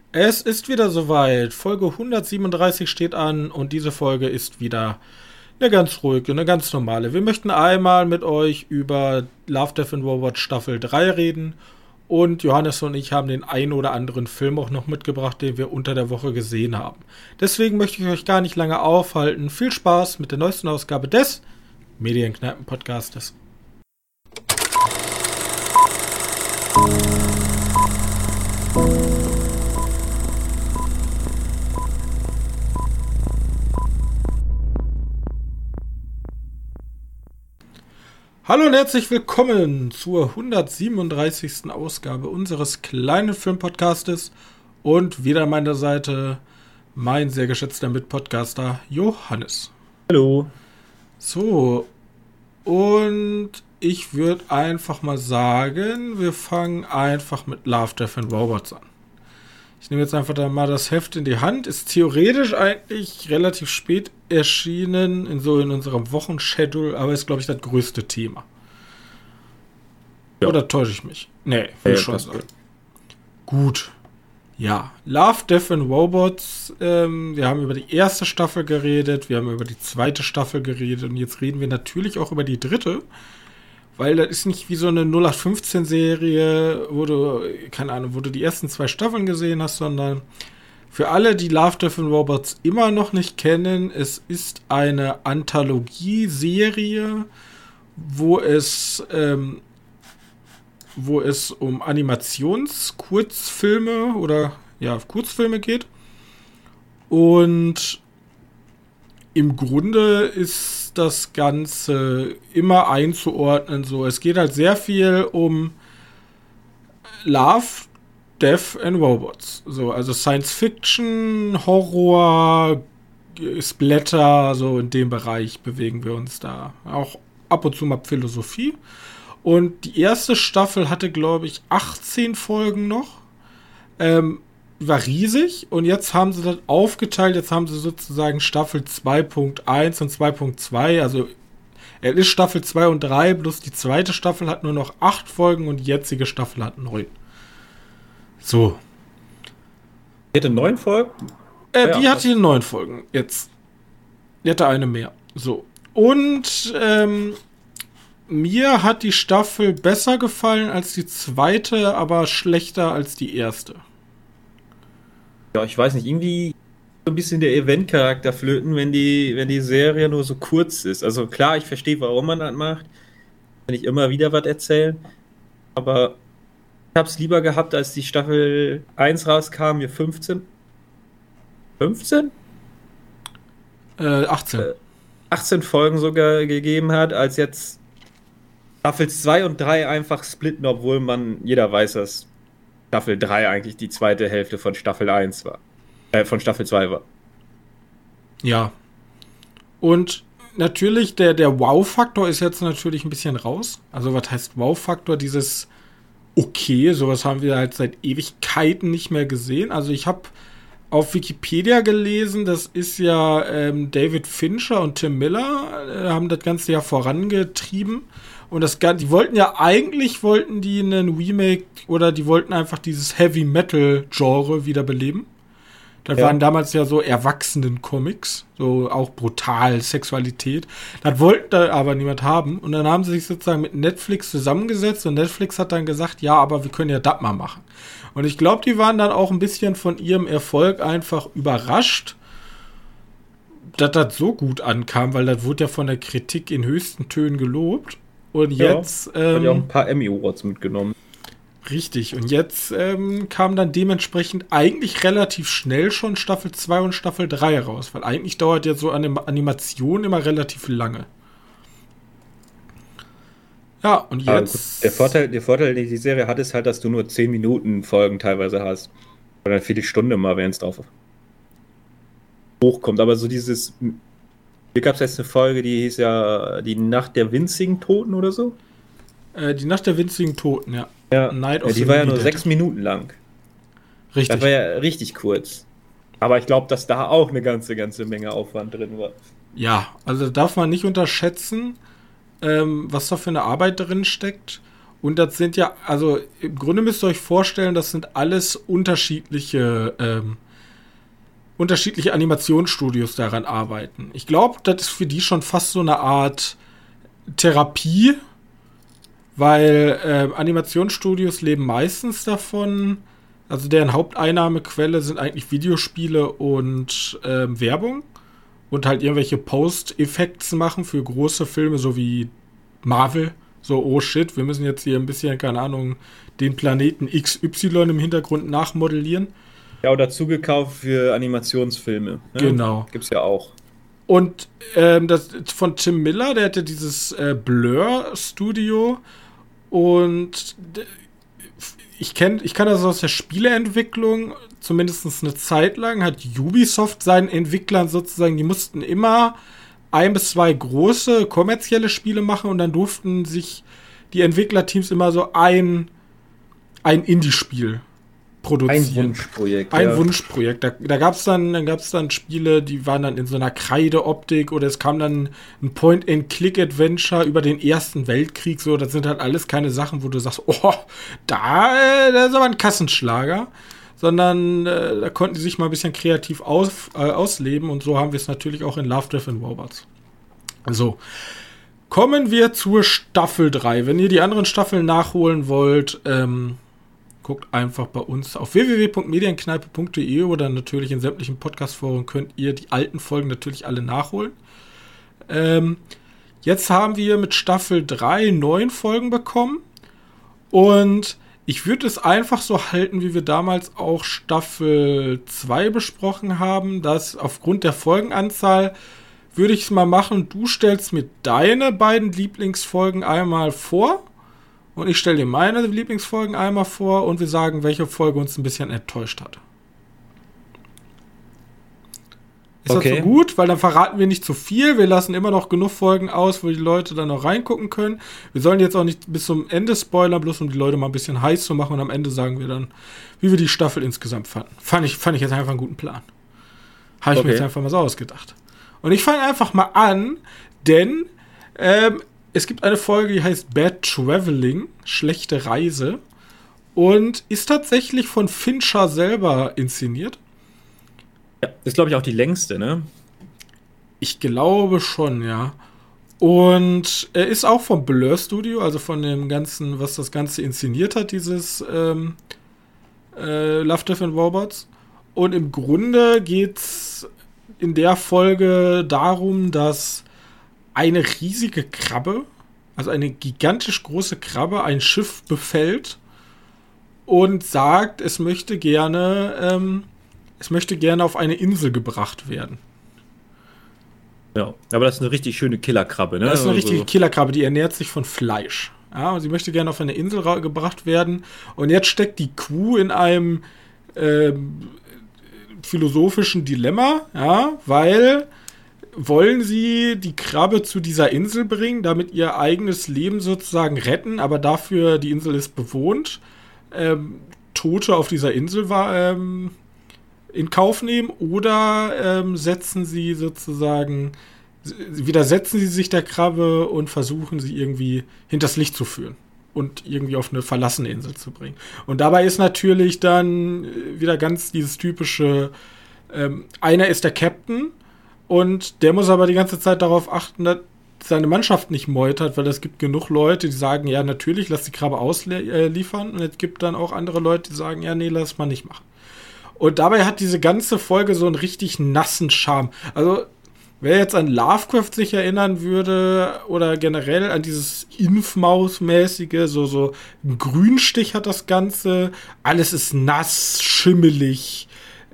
Es ist wieder soweit. Folge 137 steht an und diese Folge ist wieder eine ganz ruhige, eine ganz normale. Wir möchten einmal mit euch über Love, Death and Robots Staffel 3 reden und Johannes und ich haben den einen oder anderen Film auch noch mitgebracht, den wir unter der Woche gesehen haben. Deswegen möchte ich euch gar nicht lange aufhalten. Viel Spaß mit der neuesten Ausgabe des Medienkneipen-Podcastes. Hallo und herzlich willkommen zur 137. Ausgabe unseres kleinen Filmpodcastes und wieder an meiner Seite mein sehr geschätzter Mitpodcaster Johannes. Hallo. So, und ich würde einfach mal sagen, wir fangen einfach mit Love, Death and Robots an. Ich nehme jetzt einfach da mal das Heft in die Hand. Ist theoretisch eigentlich relativ spät erschienen, in unserem Wochenschedule, aber ist, glaube ich, das größte Thema. Ja. Oder täusche ich mich? Nee, will ich schon sagen. Gut. Ja, Love, Death and Robots. Wir haben über die erste Staffel geredet, wir haben über die zweite Staffel geredet und jetzt reden wir natürlich auch über die dritte. Weil das ist nicht wie so eine 0815-Serie, wo du die ersten 2 Staffeln gesehen hast, sondern für alle, die Love, Death and Robots immer noch nicht kennen, es ist eine Anthologie-Serie, wo es um Animationskurzfilme oder Kurzfilme geht. Und im Grunde ist das Ganze immer einzuordnen. So, es geht halt sehr viel um Love, Death and Robots. So, also Science Fiction, Horror, Splatter, so in dem Bereich bewegen wir uns da. Auch ab und zu mal Philosophie. Und die erste Staffel hatte, glaube ich, 18 Folgen noch. War riesig und jetzt haben sie das aufgeteilt. Jetzt haben sie sozusagen Staffel 2.1 und 2.2. Also es ist Staffel 2 und 3, bloß die zweite Staffel hat nur noch 8 Folgen und die jetzige Staffel hat 9. So. Die hatte 9 Folgen? Die hat hier 9 Folgen. Jetzt. Die hatte eine mehr. So. Und mir hat die Staffel besser gefallen als die zweite, aber schlechter als die erste. Ja, ich weiß nicht, irgendwie so ein bisschen der Event-Charakter flöten, wenn die Serie nur so kurz ist. Also klar, ich verstehe, warum man das macht. Kann ich immer wieder was erzählen. Aber ich habe es lieber gehabt, als die Staffel 1 rauskam, mir 15. 15? 18. 18 Folgen sogar gegeben hat, als jetzt Staffel 2 und 3 einfach splitten, obwohl jeder weiß, dass Staffel 3 eigentlich die zweite Hälfte von Staffel 1 war. Von Staffel 2 war. Ja. Und natürlich, der Wow-Faktor ist jetzt natürlich ein bisschen raus. Also was heißt Wow-Faktor? Dieses okay, sowas haben wir halt seit Ewigkeiten nicht mehr gesehen. Also ich habe auf Wikipedia gelesen, das ist ja David Fincher und Tim Miller haben das Ganze ja vorangetrieben. Und die wollten einen Remake oder die wollten einfach dieses Heavy-Metal-Genre wiederbeleben. Das waren damals ja so Erwachsenen-Comics, so auch brutal, Sexualität. Das wollten da aber niemand haben. Und dann haben sie sich sozusagen mit Netflix zusammengesetzt und Netflix hat dann gesagt, ja, aber wir können ja das mal machen. Und ich glaube, die waren dann auch ein bisschen von ihrem Erfolg einfach überrascht, dass das so gut ankam, weil das wurde ja von der Kritik in höchsten Tönen gelobt. Und jetzt hat ja auch ein paar Emmy Awards mitgenommen. Richtig, und jetzt kam dann dementsprechend eigentlich relativ schnell schon Staffel 2 und Staffel 3 raus, weil eigentlich dauert ja so eine Animation immer relativ lange. Ja, und jetzt... Der Vorteil, den die Serie hat, ist halt, dass du nur 10 Minuten Folgen teilweise hast. Oder eine Viertelstunde mal, wenn es drauf hochkommt. Aber so dieses... Hier gab es jetzt eine Folge, die hieß ja Die Nacht der winzigen Toten oder so. Die Nacht der winzigen Toten, ja. Night of die war ja nur 6 Minuten lang. Richtig. Das war ja richtig kurz. Aber ich glaube, dass da auch eine ganze Menge Aufwand drin war. Ja, also darf man nicht unterschätzen, was da für eine Arbeit drin steckt. Und das sind ja, also im Grunde müsst ihr euch vorstellen, das sind alles unterschiedliche Animationsstudios daran arbeiten. Ich glaube, das ist für die schon fast so eine Art Therapie, weil Animationsstudios leben meistens davon, also deren Haupteinnahmequelle sind eigentlich Videospiele und Werbung und halt irgendwelche Post-Effekts machen für große Filme, so wie Marvel. So, oh shit, wir müssen jetzt hier ein bisschen, keine Ahnung, den Planeten XY im Hintergrund nachmodellieren. Ja, oder zugekauft für Animationsfilme. Ne? Genau. Gibt's ja auch. Und das von Tim Miller, der hatte dieses Blur-Studio. Und ich kann das aus der Spieleentwicklung, zumindest eine Zeit lang, hat Ubisoft seinen Entwicklern sozusagen, die mussten immer 1 bis 2 große kommerzielle Spiele machen und dann durften sich die Entwicklerteams immer so ein Indie-Spiel produzieren. Ein Wunschprojekt. Ein Wunschprojekt. Da gab's dann Spiele, die waren dann in so einer Kreideoptik oder es kam dann ein Point-and-Click-Adventure über den Ersten Weltkrieg. So, das sind halt alles keine Sachen, wo du sagst, oh, da ist aber ein Kassenschlager. Sondern da konnten die sich mal ein bisschen kreativ ausleben und so haben wir es natürlich auch in Love, Death and Robots. So, kommen wir zur Staffel 3. Wenn ihr die anderen Staffeln nachholen wollt, guckt einfach bei uns auf www.medienkneipe.de oder natürlich in sämtlichen Podcast-Foren könnt ihr die alten Folgen natürlich alle nachholen. Jetzt haben wir mit Staffel 3 9 Folgen bekommen und ich würde es einfach so halten, wie wir damals auch Staffel 2 besprochen haben, dass aufgrund der Folgenanzahl würde ich es mal machen, du stellst mir deine beiden Lieblingsfolgen einmal vor und ich stelle dir meine Lieblingsfolgen einmal vor und wir sagen, welche Folge uns ein bisschen enttäuscht hat. Ist das so gut? Weil dann verraten wir nicht zu viel. Wir lassen immer noch genug Folgen aus, wo die Leute dann noch reingucken können. Wir sollen jetzt auch nicht bis zum Ende spoilern, bloß um die Leute mal ein bisschen heiß zu machen. Und am Ende sagen wir dann, wie wir die Staffel insgesamt fanden. Fand ich jetzt einfach einen guten Plan. Habe ich mir jetzt einfach mal so ausgedacht. Und ich fange einfach mal an, denn es gibt eine Folge, die heißt Bad Traveling, schlechte Reise. Und ist tatsächlich von Fincher selber inszeniert. Ja, ist, glaube ich, auch die längste, ne? Ich glaube schon, ja. Und er ist auch vom Blur Studio, also von dem Ganzen, was das Ganze inszeniert hat, dieses Love, Death and Robots. Und im Grunde geht's in der Folge darum, dass eine riesige Krabbe, also eine gigantisch große Krabbe, ein Schiff befällt und sagt, es möchte gerne auf eine Insel gebracht werden. Ja, aber das ist eine richtig schöne Killerkrabbe, ne? Das ist eine richtige Killerkrabbe, die ernährt sich von Fleisch. Ja, und sie möchte gerne auf eine Insel gebracht werden. Und jetzt steckt die Crew in einem philosophischen Dilemma, ja, weil wollen sie die Krabbe zu dieser Insel bringen, damit ihr eigenes Leben sozusagen retten, aber dafür, die Insel ist bewohnt, Tote auf dieser Insel in Kauf nehmen oder widersetzen sie sich der Krabbe und versuchen sie irgendwie hinters Licht zu führen und irgendwie auf eine verlassene Insel zu bringen. Und dabei ist natürlich dann wieder ganz dieses typische, einer ist der Captain und der muss aber die ganze Zeit darauf achten, dass seine Mannschaft nicht meutert, weil es gibt genug Leute, die sagen, ja natürlich, lass die Krabbe ausliefern und es gibt dann auch andere Leute, die sagen, ja nee, lass mal nicht machen. Und dabei hat diese ganze Folge so einen richtig nassen Charme. Also, wer jetzt an Lovecraft sich erinnern würde oder generell an dieses Inf-Maus-mäßige, so ein Grünstich hat das Ganze. Alles ist nass, schimmelig,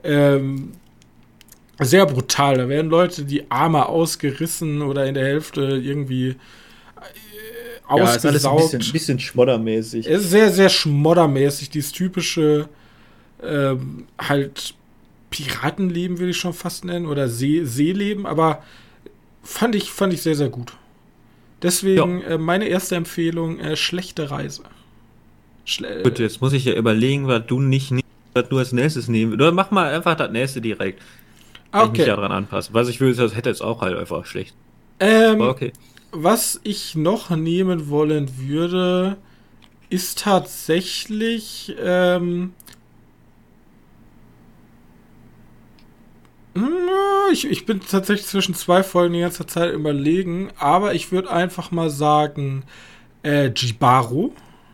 sehr brutal. Da werden Leute die Arme ausgerissen oder in der Hälfte irgendwie ausgesaugt. Ja, ist alles ein bisschen schmoddermäßig. Es ist sehr, sehr schmoddermäßig. Dieses typische halt Piratenleben würde ich schon fast nennen oder Seeleben, aber fand ich sehr, sehr gut. Deswegen meine erste Empfehlung, schlechte Reise. Gut, jetzt muss ich ja überlegen, was du als nächstes nehmen willst. Oder mach mal einfach das nächste direkt. Wenn ich mich daran anpasse. Was ich würde, das hätte jetzt auch halt einfach schlecht. Okay. Was ich noch nehmen wollen würde, ist tatsächlich ich bin tatsächlich zwischen zwei Folgen die ganze Zeit überlegen, aber ich würde einfach mal sagen, Jibaro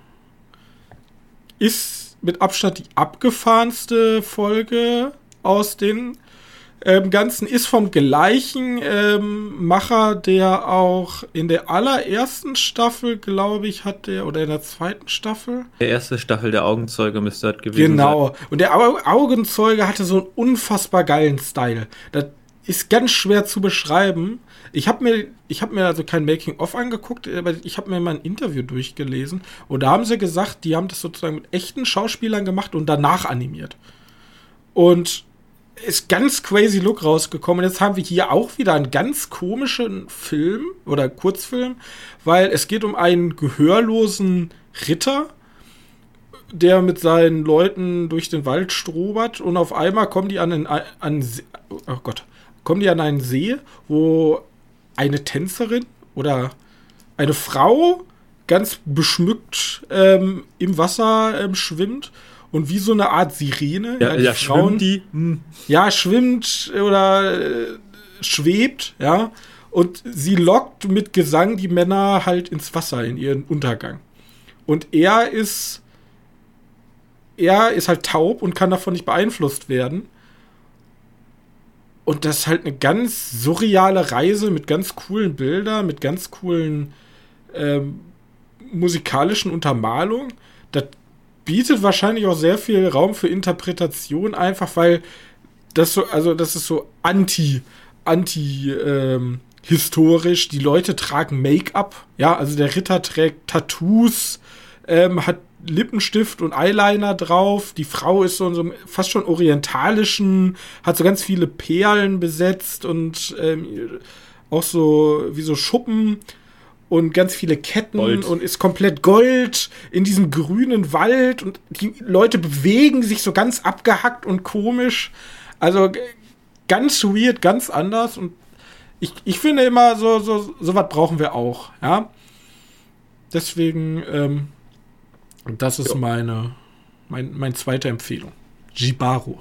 ist mit Abstand die abgefahrenste Folge aus den Ganzen, ist vom gleichen Macher, der auch in der allerersten Staffel, glaube ich, oder in der zweiten Staffel. Der erste Staffel der Augenzeuge müsste das gewesen sein. Genau. Und der Augenzeuge hatte so einen unfassbar geilen Style. Das ist ganz schwer zu beschreiben. Ich habe mir also kein Making-of angeguckt, aber ich habe mir mal ein Interview durchgelesen. Und da haben sie gesagt, die haben das sozusagen mit echten Schauspielern gemacht und danach animiert. Und ist ganz crazy Look rausgekommen. Und jetzt haben wir hier auch wieder einen ganz komischen Film oder Kurzfilm, weil es geht um einen gehörlosen Ritter, der mit seinen Leuten durch den Wald strobert und auf einmal kommen die an einen See, wo eine Tänzerin oder eine Frau ganz beschmückt im Wasser schwimmt und wie so eine Art Sirene. Ja, Frauen, schwimmt die? Ja, schwimmt oder schwebt, ja. Und sie lockt mit Gesang die Männer halt ins Wasser, in ihren Untergang. Und er ist halt taub und kann davon nicht beeinflusst werden. Und das ist halt eine ganz surreale Reise mit ganz coolen Bildern, mit ganz coolen musikalischen Untermalungen. Das bietet wahrscheinlich auch sehr viel Raum für Interpretation, einfach weil das ist so historisch. Die Leute tragen Make-up, ja, also der Ritter trägt Tattoos, hat Lippenstift und Eyeliner drauf. Die Frau ist so in so einem fast schon orientalischen, hat so ganz viele Perlen besetzt und auch so wie so Schuppen und ganz viele Ketten Gold. Und ist komplett Gold in diesem grünen Wald und die Leute bewegen sich so ganz abgehackt und komisch. Also ganz weird, ganz anders und ich finde immer, so was brauchen wir auch, ja. Deswegen, das ist meine zweite Empfehlung. Jibaro.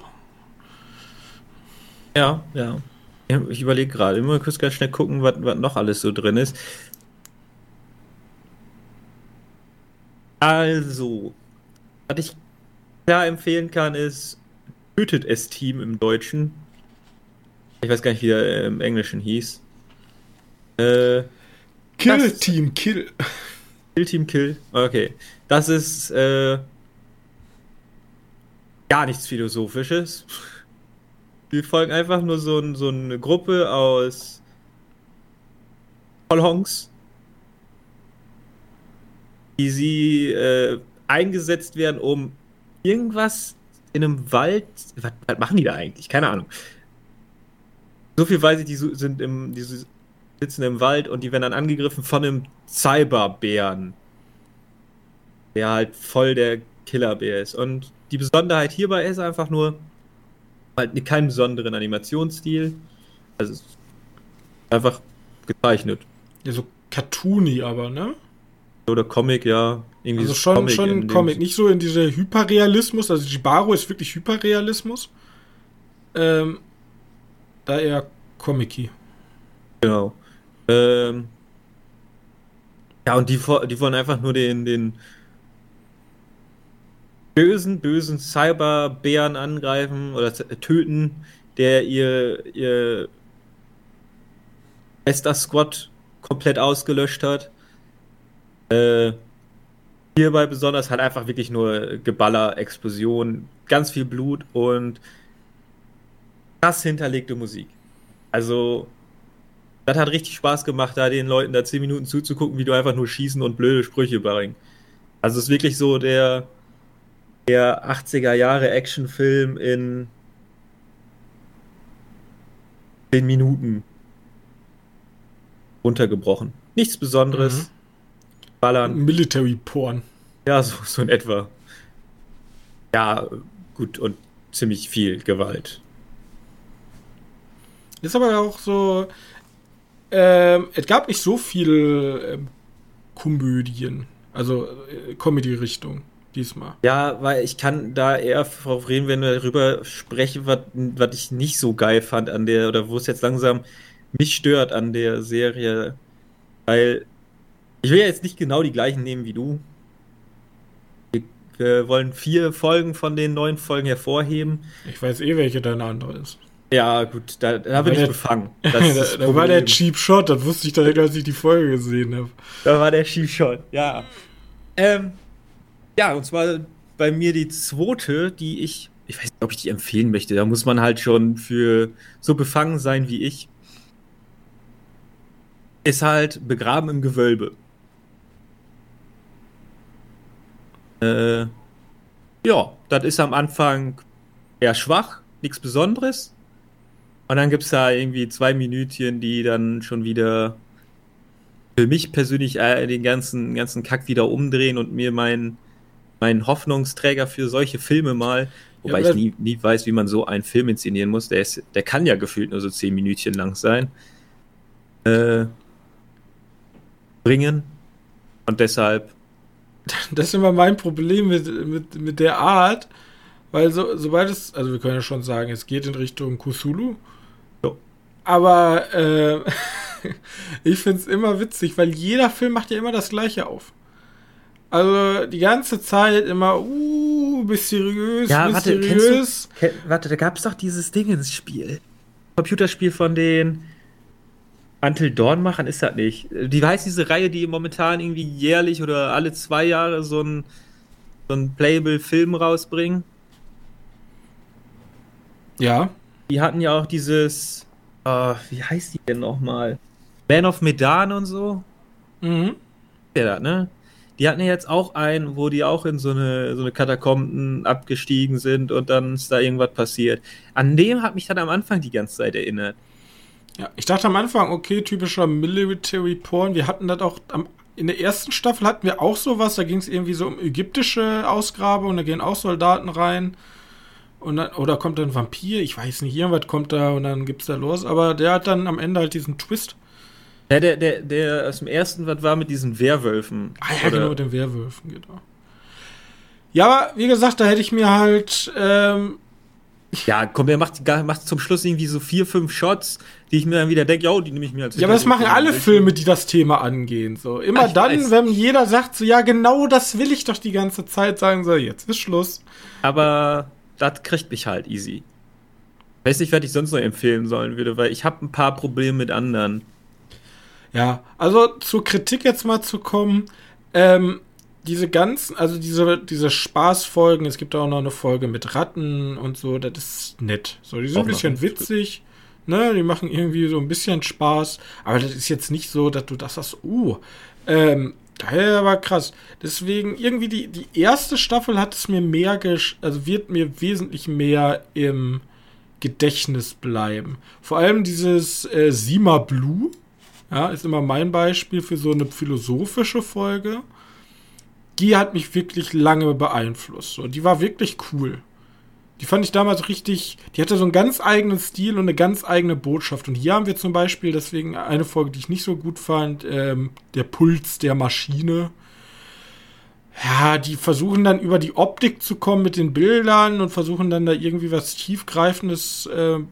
Ja. Ich überlege gerade, immer kurz ganz schnell gucken, was noch alles so drin ist. Also, was ich klar empfehlen kann, ist Tötet es Team im Deutschen. Ich weiß gar nicht, wie der im Englischen hieß. Kill Team Kill. Kill Team Kill. Okay. Das ist gar nichts Philosophisches. Wir folgen einfach nur so eine Gruppe aus Vollhongs, die sie eingesetzt werden, um irgendwas in einem Wald. Was machen die da eigentlich? Keine Ahnung. So viel weiß ich, die sitzen im Wald und die werden dann angegriffen von einem Cyberbären, der halt voll der Killerbär ist. Und die Besonderheit hierbei ist einfach nur halt keinen besonderen Animationsstil. Also es ist einfach gezeichnet. Ja, so cartoony aber, ne? Oder Comic, ja. Irgendwie Also so schon Comic. Nicht so in dieser Hyperrealismus. Also Jibaro ist wirklich Hyperrealismus. Da eher Comic-y. Genau. Ja, und die wollen einfach nur den bösen Cyberbären angreifen oder töten, der ihr bester Squad komplett ausgelöscht hat. Hierbei besonders halt einfach wirklich nur Geballer, Explosion, ganz viel Blut und krass hinterlegte Musik. Also, das hat richtig Spaß gemacht, da den Leuten da 10 Minuten zuzugucken, wie du einfach nur schießen und blöde Sprüche bringst. Also, es ist wirklich so der 80er Jahre Actionfilm in 10 Minuten runtergebrochen. Nichts Besonderes. Ballern. Military Porn. Ja, so in etwa. Ja, gut, und ziemlich viel Gewalt. Ist aber auch so, es gab nicht so viele Komödien Also Comedy-Richtung diesmal. Ja, weil ich kann da eher drauf reden, wenn wir darüber sprechen, was ich nicht so geil fand an der, oder wo es jetzt langsam mich stört an der Serie. Weil ich will ja jetzt nicht genau die gleichen nehmen wie du. Wir wollen 4 Folgen von den 9 Folgen hervorheben. Ich weiß welche deine andere ist. Ja, gut, da bin ich befangen. Das ist das da war der Problem. Cheap Shot, das wusste ich direkt, als ich die Folge gesehen habe. Da war der Cheap Shot, ja. Ja, und zwar bei mir die zweite, die ich weiß nicht, ob ich die empfehlen möchte. Da muss man halt schon für so befangen sein wie ich. Ist halt Begraben im Gewölbe. Ja, das ist am Anfang eher schwach, nichts Besonderes. Und dann gibt es da irgendwie 2 Minütchen, die dann schon wieder für mich persönlich den ganzen Kack wieder umdrehen und mir meinen Hoffnungsträger für solche Filme mal, wobei Ja, ich nie weiß, wie man so einen Film inszenieren muss, der kann ja gefühlt nur so 10 Minütchen lang sein, bringen. Und deshalb. Das ist immer mein Problem mit der Art, weil sobald es, also wir können ja schon sagen, es geht in Richtung Cthulhu, Jo. aber ich finde es immer witzig, weil jeder Film macht ja immer das Gleiche auf. Also die ganze Zeit immer, mysteriös, Ja, mysteriös. Warte, da gab es doch dieses Dingens-Spiel. Computerspiel von den Until Dawn-Machern ist das nicht. Die heißt diese Reihe, die momentan irgendwie jährlich oder alle 2 Jahre so ein Playable-Film rausbringen. Ja. Die hatten ja auch dieses, wie heißt die denn nochmal? Man of Medan und so. Mhm. Ja, das, ne? Die hatten ja jetzt auch einen, wo die auch in so eine Katakomben abgestiegen sind und dann ist da irgendwas passiert. An dem hat mich dann am Anfang die ganze Zeit erinnert. Ja, ich dachte am Anfang, okay, typischer Military Porn. Wir hatten das auch, in der ersten Staffel hatten wir auch sowas, da ging es irgendwie so um ägyptische Ausgrabungen, da gehen auch Soldaten rein. Und dann, oder kommt dann ein Vampir, ich weiß nicht, irgendwas kommt da und dann gibt's da los. Aber der hat dann am Ende halt diesen Twist. Ja, der aus dem ersten, was war mit diesen Werwölfen? Ah ja, genau, mit den Werwölfen, genau. Ja, aber wie gesagt, da hätte ich mir halt, ja, komm, der macht zum Schluss irgendwie so 4, 5 Shots, die ich mir dann wieder denke, die nehme ich mir als ja, aber das machen alle Filme, die das Thema angehen. So immer dann, weiß. wenn jeder sagt, so ja, genau das will ich doch die ganze Zeit, sagen so, jetzt ist Schluss. Aber das kriegt mich halt easy. Weiß nicht, was ich sonst noch empfehlen sollen würde, weil ich habe ein paar Probleme mit anderen. Ja, also zur Kritik jetzt mal zu kommen, diese ganzen, also diese Spaßfolgen, es gibt auch noch eine Folge mit Ratten und so, das ist nett. So, die sind Auch ein bisschen noch witzig, ne, die machen irgendwie so ein bisschen Spaß, aber das ist jetzt nicht so, dass du das sagst, daher war krass. Deswegen irgendwie die erste Staffel hat es mir also wird mir wesentlich mehr im Gedächtnis bleiben. Vor allem dieses Sima Blue, ja, ist immer mein Beispiel für so eine philosophische Folge. Die hat mich wirklich lange beeinflusst. So, die war wirklich cool. Die fand ich damals richtig, die hatte so einen ganz eigenen Stil und eine ganz eigene Botschaft. Und hier haben wir zum Beispiel, deswegen eine Folge, die ich nicht so gut fand, der Puls der Maschine. Ja, die versuchen dann über die Optik zu kommen mit den Bildern und versuchen dann da irgendwie was tiefgreifende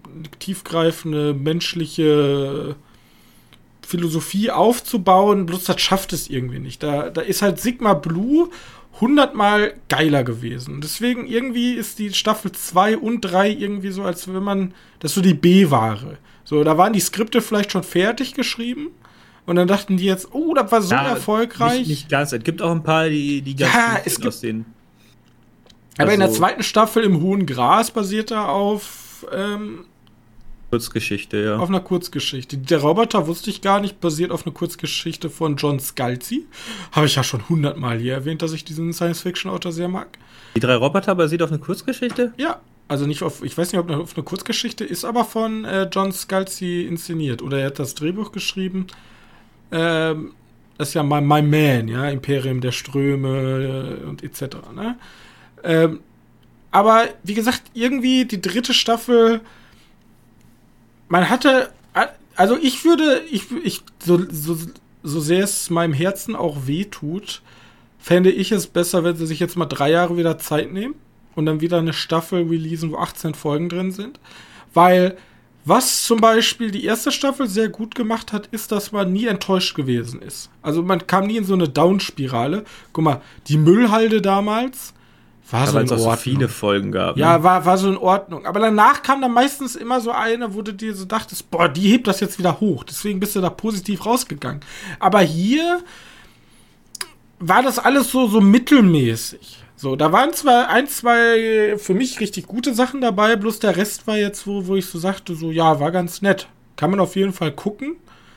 menschliche Philosophie aufzubauen, bloß das schafft es irgendwie nicht. Da ist halt Sigma Blue 100-mal geiler gewesen. Deswegen irgendwie ist die Staffel 2 und 3 irgendwie so, als wenn man, das ist so die B-Ware. So, da waren die Skripte vielleicht schon fertig geschrieben und dann dachten die jetzt, das war so erfolgreich. Nicht ganz, es gibt auch ein paar, die ganz gut es sind gibt, aus den. Aber in der zweiten Staffel im Hohen Gras basiert er auf Kurzgeschichte, ja. auf einer Kurzgeschichte. Der Roboter wusste ich gar nicht, basiert auf einer Kurzgeschichte von John Scalzi. Habe ich ja schon 100-mal hier erwähnt, dass ich diesen Science-Fiction-Autor sehr mag. Die 3 Roboter basiert auf einer Kurzgeschichte? Ja, also nicht auf, ich weiß nicht, ob auf eine Kurzgeschichte ist, aber von John Scalzi inszeniert. Oder er hat das Drehbuch geschrieben. Das ist ja My Man, ja, Imperium der Ströme und etc. Ne? Aber wie gesagt, irgendwie die dritte Staffel, man hatte, also so sehr es meinem Herzen auch wehtut, fände ich es besser, wenn sie sich jetzt mal 3 Jahre wieder Zeit nehmen und dann wieder eine Staffel releasen, wo 18 Folgen drin sind. Weil, was zum Beispiel die erste Staffel sehr gut gemacht hat, ist, dass man nie enttäuscht gewesen ist. Also man kam nie in so eine Down-Spirale. Guck mal, die Müllhalde damals war so in Ordnung. Weil es auch so viele Folgen gab. Ja, ne? war so in Ordnung. Aber danach kam dann meistens immer so eine, wo du dir so dachtest, boah, die hebt das jetzt wieder hoch. Deswegen bist du da positiv rausgegangen. Aber hier war das alles so mittelmäßig. So, da waren zwar 1, 2 für mich richtig gute Sachen dabei, bloß der Rest war jetzt, wo ich so sagte, so, ja, war ganz nett. Kann man auf jeden Fall gucken.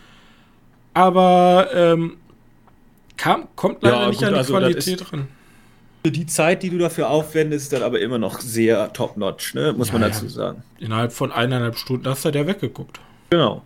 Aber kommt leider nicht an die Qualität ran. Die Zeit, die du dafür aufwendest, ist dann aber immer noch sehr top-notch, ne? Muss man dazu sagen. Innerhalb von 1,5 Stunden hast du der weggeguckt. Genau.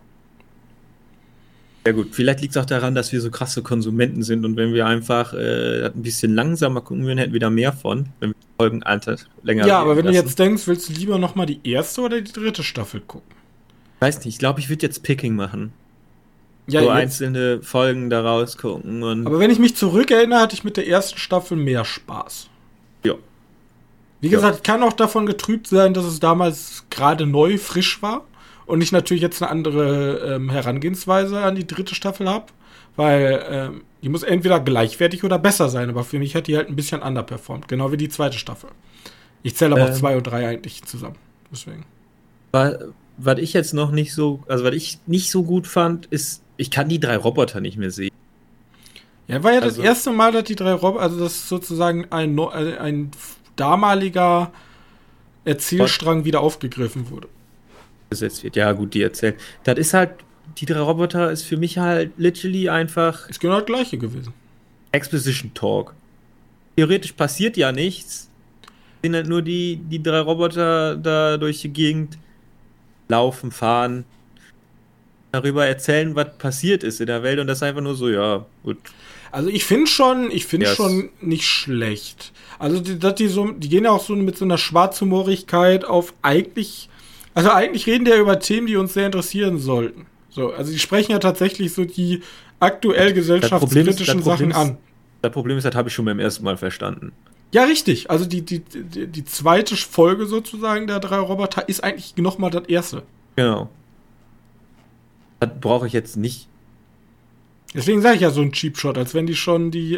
Ja gut, vielleicht liegt es auch daran, dass wir so krasse Konsumenten sind und wenn wir einfach ein bisschen langsamer gucken würden, hätten wir da mehr von, wenn wir die Folgen länger. Ja, aber wenn du jetzt denkst, willst du lieber nochmal die erste oder die dritte Staffel gucken? Weiß nicht, ich glaube, ich würde jetzt Picking machen. Ja, so einzelne Folgen daraus gucken. Aber wenn ich mich zurückerinnere, hatte ich mit der ersten Staffel mehr Spaß. Ja. Wie gesagt, kann auch davon getrübt sein, dass es damals gerade neu, frisch war. Und ich natürlich jetzt eine andere Herangehensweise an die dritte Staffel habe. Weil die muss entweder gleichwertig oder besser sein. Aber für mich hat die halt ein bisschen underperformt. Genau wie die zweite Staffel. Ich zähle aber auch 2 und 3 eigentlich zusammen. Deswegen. Was ich jetzt noch nicht so, also was ich nicht so gut fand, ist, ich kann die 3 Roboter nicht mehr sehen. Ja, war ja das erste Mal, dass die 3 Roboter, also das sozusagen ein damaliger Erzählstrang wieder aufgegriffen wurde. Gesetzt wird. Ja, gut, die erzählen. Das ist halt, die 3 Roboter ist für mich halt literally einfach. Ist genau das gleiche gewesen. Exposition Talk. Theoretisch passiert ja nichts. Sind halt nur die 3 Roboter da durch die Gegend laufen, fahren, darüber erzählen, was passiert ist in der Welt und das ist einfach nur so, ja, gut. Also ich finde schon nicht schlecht. Also die gehen ja auch so mit so einer Schwarzhumorigkeit auf eigentlich reden die ja über Themen, die uns sehr interessieren sollten. So, also die sprechen ja tatsächlich so die aktuell gesellschaftskritischen Sachen an. Das Problem ist, das habe ich schon beim ersten Mal verstanden. Ja, richtig. Also die zweite Folge sozusagen der 3 Roboter ist eigentlich nochmal das erste. Genau. Das brauche ich jetzt nicht. Deswegen sage ich ja so ein Cheap Shot, als wenn die schon die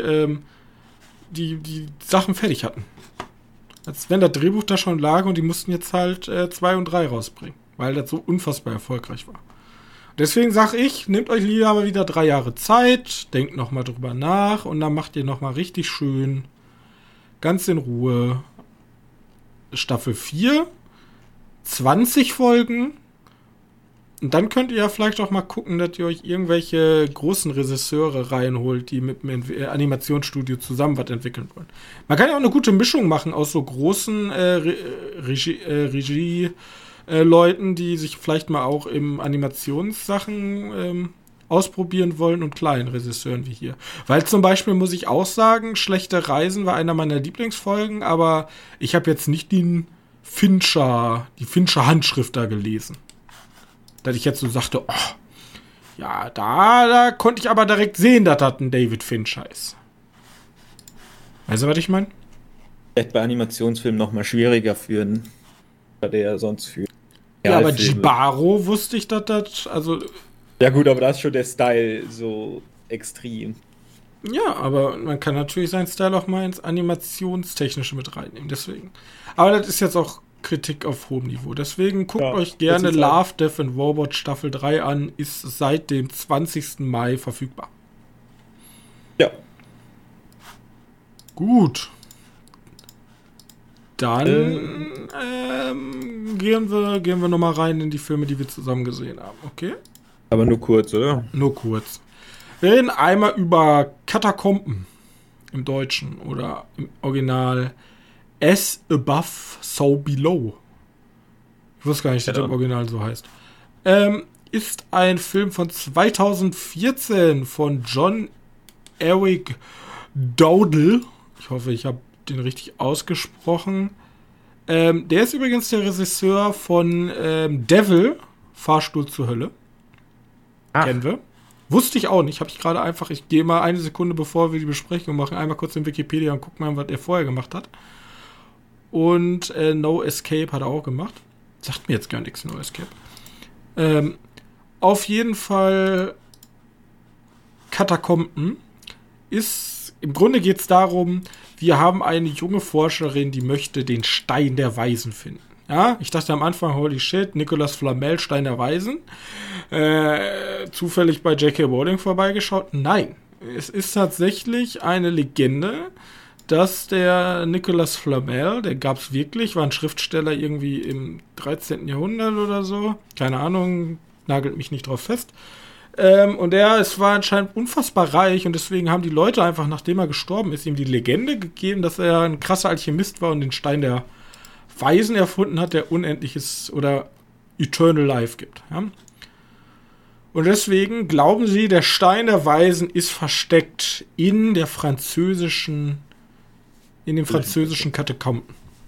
Sachen fertig hatten. Als wenn das Drehbuch da schon lag und die mussten jetzt halt 2 und 3 rausbringen, weil das so unfassbar erfolgreich war. Deswegen sage ich, nehmt euch lieber aber wieder 3 Jahre Zeit, denkt nochmal drüber nach und dann macht ihr nochmal richtig schön, ganz in Ruhe, Staffel 4, 20 Folgen. Und dann könnt ihr ja vielleicht auch mal gucken, dass ihr euch irgendwelche großen Regisseure reinholt, die mit dem Animationsstudio zusammen was entwickeln wollen. Man kann ja auch eine gute Mischung machen aus so großen Regie-Leuten, die sich vielleicht mal auch im Animationssachen ausprobieren wollen und kleinen Regisseuren wie hier. Weil zum Beispiel muss ich auch sagen, Schlechte Reisen war einer meiner Lieblingsfolgen, aber ich habe jetzt nicht die Fincher Handschrift da gelesen. Dass ich jetzt so sagte, oh, ja, da konnte ich aber direkt sehen, dass das ein David Fincher ist. Weißt du, was ich meine? Vielleicht bei Animationsfilmen noch mal schwieriger führen, da der sonst führt. Ja, aber Jibaro wusste ich, dass das, also... Ja gut, aber da ist schon der Style so extrem. Ja, aber man kann natürlich seinen Style auch mal ins Animationstechnische mit reinnehmen, deswegen. Aber das ist jetzt auch Kritik auf hohem Niveau. Deswegen guckt euch gerne Love, Death and Robot Staffel 3 an, ist seit dem 20. Mai verfügbar. Ja. Gut. Dann gehen wir nochmal rein in die Filme, die wir zusammen gesehen haben, okay? Aber nur kurz, oder? Nur kurz. Wir reden einmal über Katakomben im Deutschen oder im Original As Above, So Below. Ich wusste gar nicht, dass der im Original so heißt. Ist ein Film von 2014 von John Eric Dowdle. Ich hoffe, ich habe den richtig ausgesprochen. Der ist übrigens der Regisseur von Devil, Fahrstuhl zur Hölle. Kennen wir. Wusste ich auch nicht. Habe ich gerade einfach, ich gehe mal eine Sekunde, bevor wir die Besprechung machen, einmal kurz in Wikipedia und guck mal, was er vorher gemacht hat. Und No Escape hat er auch gemacht. Sagt mir jetzt gar nichts, No Escape. Auf jeden Fall Katakomben ist, im Grunde geht es darum, wir haben eine junge Forscherin, die möchte den Stein der Weisen finden. Ja, ich dachte am Anfang, holy shit, Nicolas Flamel, Stein der Weisen. Zufällig bei J.K. Rowling vorbeigeschaut. Nein, es ist tatsächlich eine Legende, dass der Nicolas Flamel, der gab es wirklich, war ein Schriftsteller irgendwie im 13. Jahrhundert oder so. Keine Ahnung, nagelt mich nicht drauf fest. Und es war anscheinend unfassbar reich und deswegen haben die Leute einfach, nachdem er gestorben ist, ihm die Legende gegeben, dass er ein krasser Alchemist war und den Stein der Weisen erfunden hat, der unendliches oder Eternal Life gibt. Ja? Und deswegen glauben sie, der Stein der Weisen ist versteckt in den französischen Katakomben.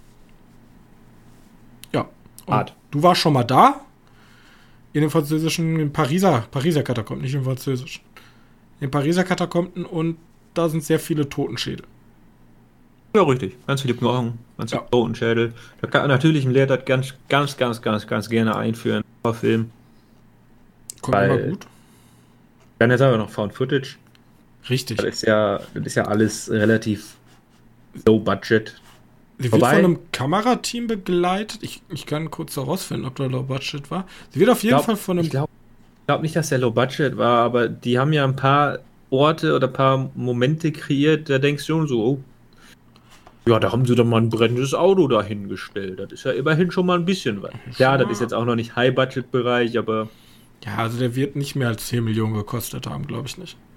Ja. Und du warst schon mal da? In den Pariser Katakomben, nicht im französischen. In den Pariser Katakomben und da sind sehr viele Totenschädel. Ja, richtig. Ganz viele Knochen, ganz viele Totenschädel. Da kann natürlich ein Lehrer das ganz gerne einführen. Film. Kommt immer gut. Dann jetzt aber noch Found Footage. Richtig. Das ist ja alles relativ low budget. Sie wird von einem Kamerateam begleitet. Ich kann kurz herausfinden, ob da Low Budget war. Sie wird auf jeden Fall von einem... Ich glaube nicht, dass der Low Budget war, aber die haben ja ein paar Orte oder ein paar Momente kreiert, da denkst du schon so, oh, ja, da haben sie doch mal ein brennendes Auto dahingestellt. Das ist ja immerhin schon mal ein bisschen was. Ja, das ist jetzt auch noch nicht High-Budget-Bereich, aber... Ja, also der wird nicht mehr als 10 Millionen gekostet haben, glaube ich nicht.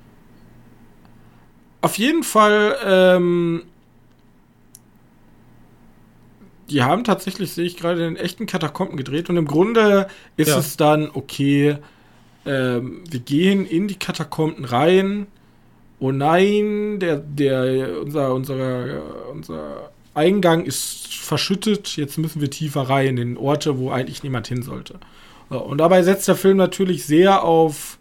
Auf jeden Fall, die haben tatsächlich, sehe ich gerade, in echten Katakomben gedreht und im Grunde ist es dann, okay, wir gehen in die Katakomben rein. Oh nein, unser Eingang ist verschüttet, jetzt müssen wir tiefer rein in Orte, wo eigentlich niemand hin sollte. Und dabei setzt der Film natürlich sehr auf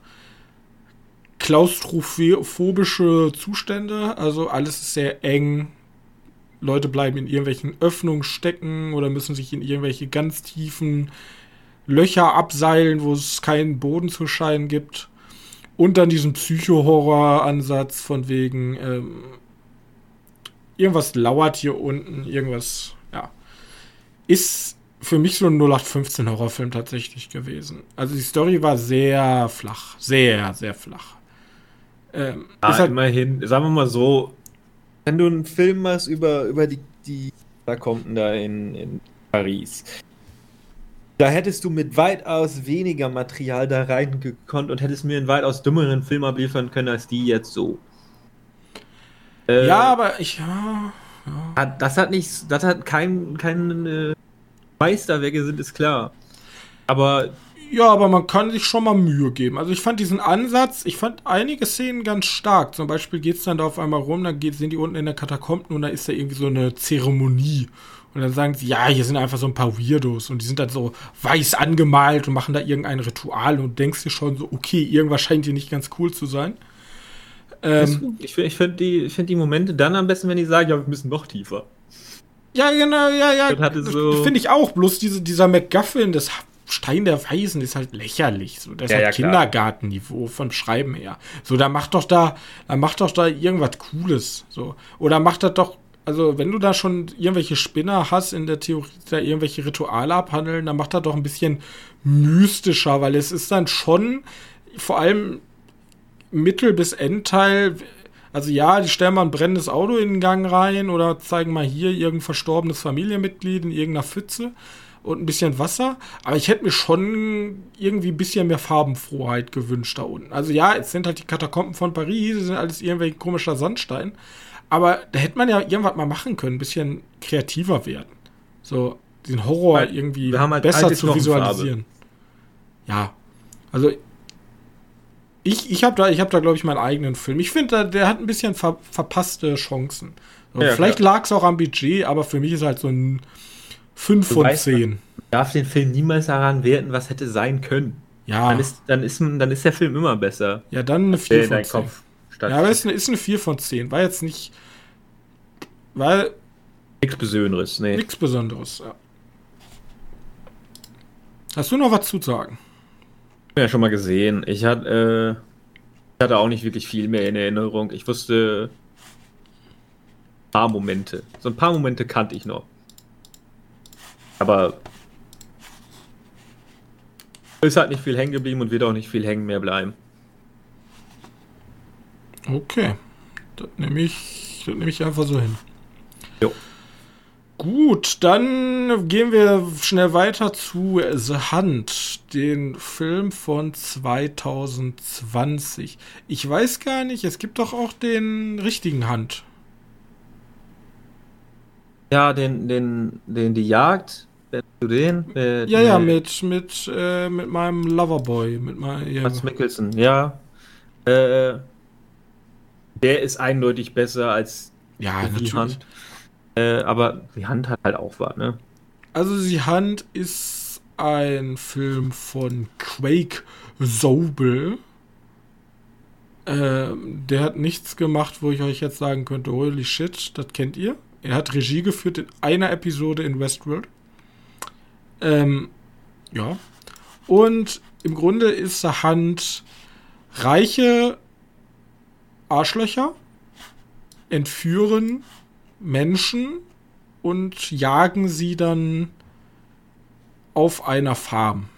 klaustrophobische Zustände, also alles ist sehr eng. Leute bleiben in irgendwelchen Öffnungen stecken oder müssen sich in irgendwelche ganz tiefen Löcher abseilen, wo es keinen Boden zu scheinen gibt. Und dann diesen Psycho-Horror-Ansatz von wegen irgendwas lauert hier unten, irgendwas, ja. Ist für mich so ein 0815-Horrorfilm tatsächlich gewesen. Also die Story war sehr flach. Sehr, sehr flach. Ist halt immerhin, sagen wir mal so, wenn du einen Film machst über die Katakomben da in Paris, da hättest du mit weitaus weniger Material da reingekonnt und hättest mir einen weitaus dümmeren Film abliefern können, als die jetzt so. Aber das hat kein Meisterwerke sind, ist klar. Aber man kann sich schon mal Mühe geben. Also ich fand diesen Ansatz, ich fand einige Szenen ganz stark. Zum Beispiel geht es dann da auf einmal rum, dann sind die unten in der Katakomben und da ist da irgendwie so eine Zeremonie. Und dann sagen sie, ja, hier sind einfach so ein paar Weirdos und die sind dann so weiß angemalt und machen da irgendein Ritual und denkst dir schon so, okay, irgendwas scheint hier nicht ganz cool zu sein. Ich finde die Momente dann am besten, wenn die sagen, ja, wir müssen noch tiefer. Ja, genau, ja. So Finde ich auch. Bloß dieser MacGuffin, das Stein der Weisen ist halt lächerlich. So, das ist halt Kindergartenniveau vom Schreiben her. So, da macht doch da irgendwas Cooles. So. Oder macht das doch, also wenn du da schon irgendwelche Spinner hast in der Theorie, da irgendwelche Rituale abhandeln, dann macht das doch ein bisschen mystischer, weil es ist dann schon vor allem Mittel- bis Endteil, also ja, die stellen mal ein brennendes Auto in den Gang rein oder zeigen mal hier irgendein verstorbenes Familienmitglied in irgendeiner Pfütze und ein bisschen Wasser, aber ich hätte mir schon irgendwie ein bisschen mehr Farbenfroheit gewünscht da unten. Also ja, es sind halt die Katakomben von Paris, es sind alles irgendwelche komischer Sandstein, aber da hätte man ja irgendwas mal machen können, ein bisschen kreativer werden. So, den Horror irgendwie halt besser zu visualisieren. Ja, also ich hab da, glaube ich, meinen eigenen Film. Ich finde, der hat ein bisschen verpasste Chancen. So, ja, vielleicht lag es auch am Budget, aber für mich ist halt so ein 5 von 10. Man darf den Film niemals daran werten, was hätte sein können. Ja, Dann ist der Film immer besser. ja, dann eine Der 4 in von deinem 10. Kopf Ja, aber stattfindet. ist eine 4 von 10. War jetzt nicht, war Nichts Besonderes, nee. nichts Besonderes. Ja. Hast du noch was zu sagen? Ja, schon mal gesehen. Ich hatte auch nicht wirklich viel mehr in Erinnerung. Ich wusste ein paar Momente. So ein paar Momente kannte ich noch. Aber ist halt nicht viel hängen geblieben und wird auch nicht viel hängen mehr bleiben. Okay. Das nehm ich einfach so hin. Jo. Gut, dann gehen wir schnell weiter zu The Hunt, den Film von 2020. Ich weiß gar nicht, es gibt doch auch den richtigen Hunt. Ja, die Jagd, kennst du den? Ja, mit meinem Loverboy, mit meinem, Mads Mikkelsen, ja. Äh, Der ist eindeutig besser als ja, die natürlich. Hand. Aber die Hand hat halt auch was, ne? Also The Hunt ist ein Film von Craig Zobel. Der hat nichts gemacht, wo ich euch jetzt sagen könnte, holy shit, das kennt ihr. Er hat Regie geführt in einer Episode in Westworld. Ja. Und im Grunde ist The Hunt reiche Arschlöcher entführen Menschen und jagen sie dann auf einer Farm.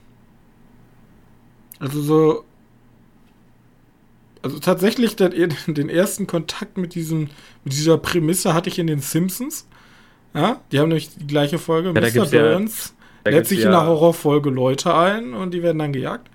Also tatsächlich den ersten Kontakt mit dieser Prämisse hatte ich in den Simpsons. Ja, die haben nämlich die gleiche Folge. Ja, da Mr. gibt's Burns lädt gibt's sich in einer Horrorfolge Leute ein und die werden dann gejagt.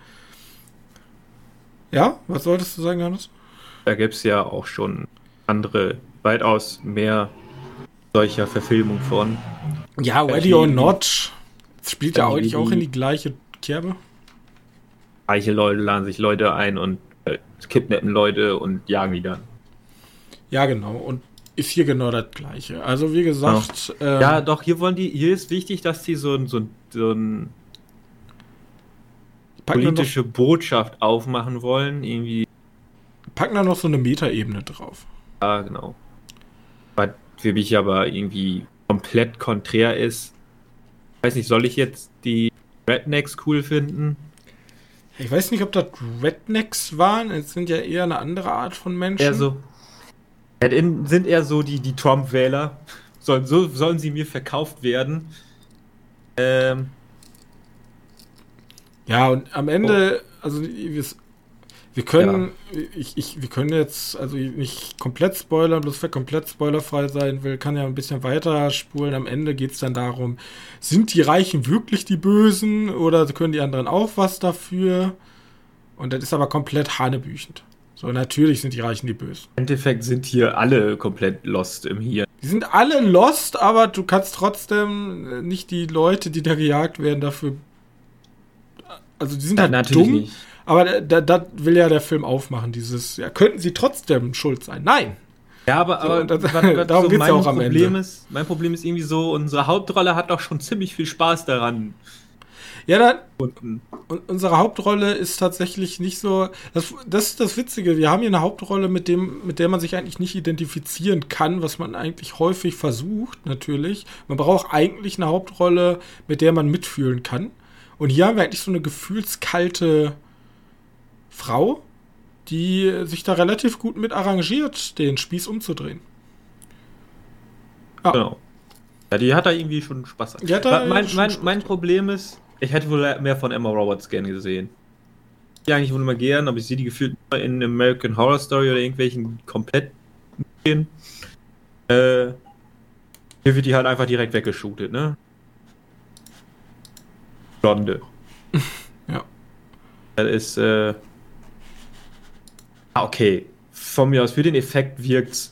Ja, was solltest du sagen, Johannes? Da gibt es ja auch schon andere, weitaus mehr solcher Verfilmungen von. Ja, Ready or Not spielt ja eigentlich auch in die gleiche Kerbe. Reiche Leute laden sich Leute ein und kidnappen Leute und jagen die dann. Ja, genau. Und ist hier genau das Gleiche. Also wie gesagt, Ja, doch, hier ist wichtig, dass die so ein politische Botschaft aufmachen wollen. Irgendwie, packen da noch so eine Metaebene drauf. ja, genau. Was für mich aber irgendwie komplett konträr ist. Ich weiß nicht, soll ich jetzt die Rednecks cool finden? Ich weiß nicht, ob das Rednecks waren. Es sind ja eher eine andere Art von Menschen. Sind eher so die Trump-Wähler. Sollen sie mir verkauft werden? Ja, und am Ende, also wir können, wir können jetzt, also nicht komplett spoilern, bloß wer komplett spoilerfrei sein will, kann ja ein bisschen weiter spulen. Am Ende geht es dann darum, sind die Reichen wirklich die Bösen oder können die anderen auch was dafür? Und das ist aber komplett hanebüchend. So, natürlich sind die Reichen die Bösen. Im Endeffekt sind hier alle komplett lost im Hier. Die sind alle lost, aber du kannst trotzdem nicht die Leute, die da gejagt werden, dafür. Also die sind halt natürlich dumm, nicht. aber das will ja der Film aufmachen, dieses, ja, könnten sie trotzdem schuld sein? Nein. Ja, aber darum so geht's ja auch am Ende. Mein Problem ist irgendwie so, unsere Hauptrolle hat doch schon ziemlich viel Spaß daran. Ja, unsere Hauptrolle ist tatsächlich nicht so. Das ist das Witzige. Wir haben hier eine Hauptrolle, mit der man sich eigentlich nicht identifizieren kann, was man eigentlich häufig versucht, natürlich. Man braucht eigentlich eine Hauptrolle, mit der man mitfühlen kann. Und hier haben wir eigentlich so eine gefühlskalte Frau, die sich da relativ gut mit arrangiert, den Spieß umzudrehen. Ah. Genau. Ja, die hat da irgendwie schon Spaß. Mein Problem ist, ich hätte wohl mehr von Emma Roberts gerne gesehen. Die eigentlich wohl immer gern, aber ich sehe die gefühlt immer in American Horror Story oder irgendwelchen komplett hier wird die halt einfach direkt weggeshootet, ne? Blonde. Ja. Das ist, okay. Von mir aus, für den Effekt wirkt's.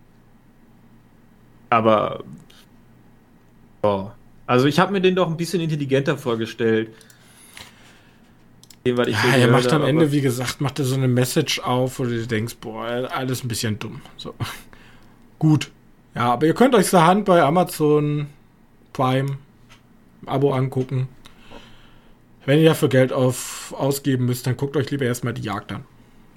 Aber, boah. Also ich habe mir den doch ein bisschen intelligenter vorgestellt. Er macht am Ende, wie gesagt, macht er so eine Message auf, wo du denkst, boah, alles ein bisschen dumm. So. Gut. Ja, aber ihr könnt euch The Hunt bei Amazon Prime im Abo angucken. Wenn ihr dafür Geld ausgeben müsst, dann guckt euch lieber erstmal die Jagd an.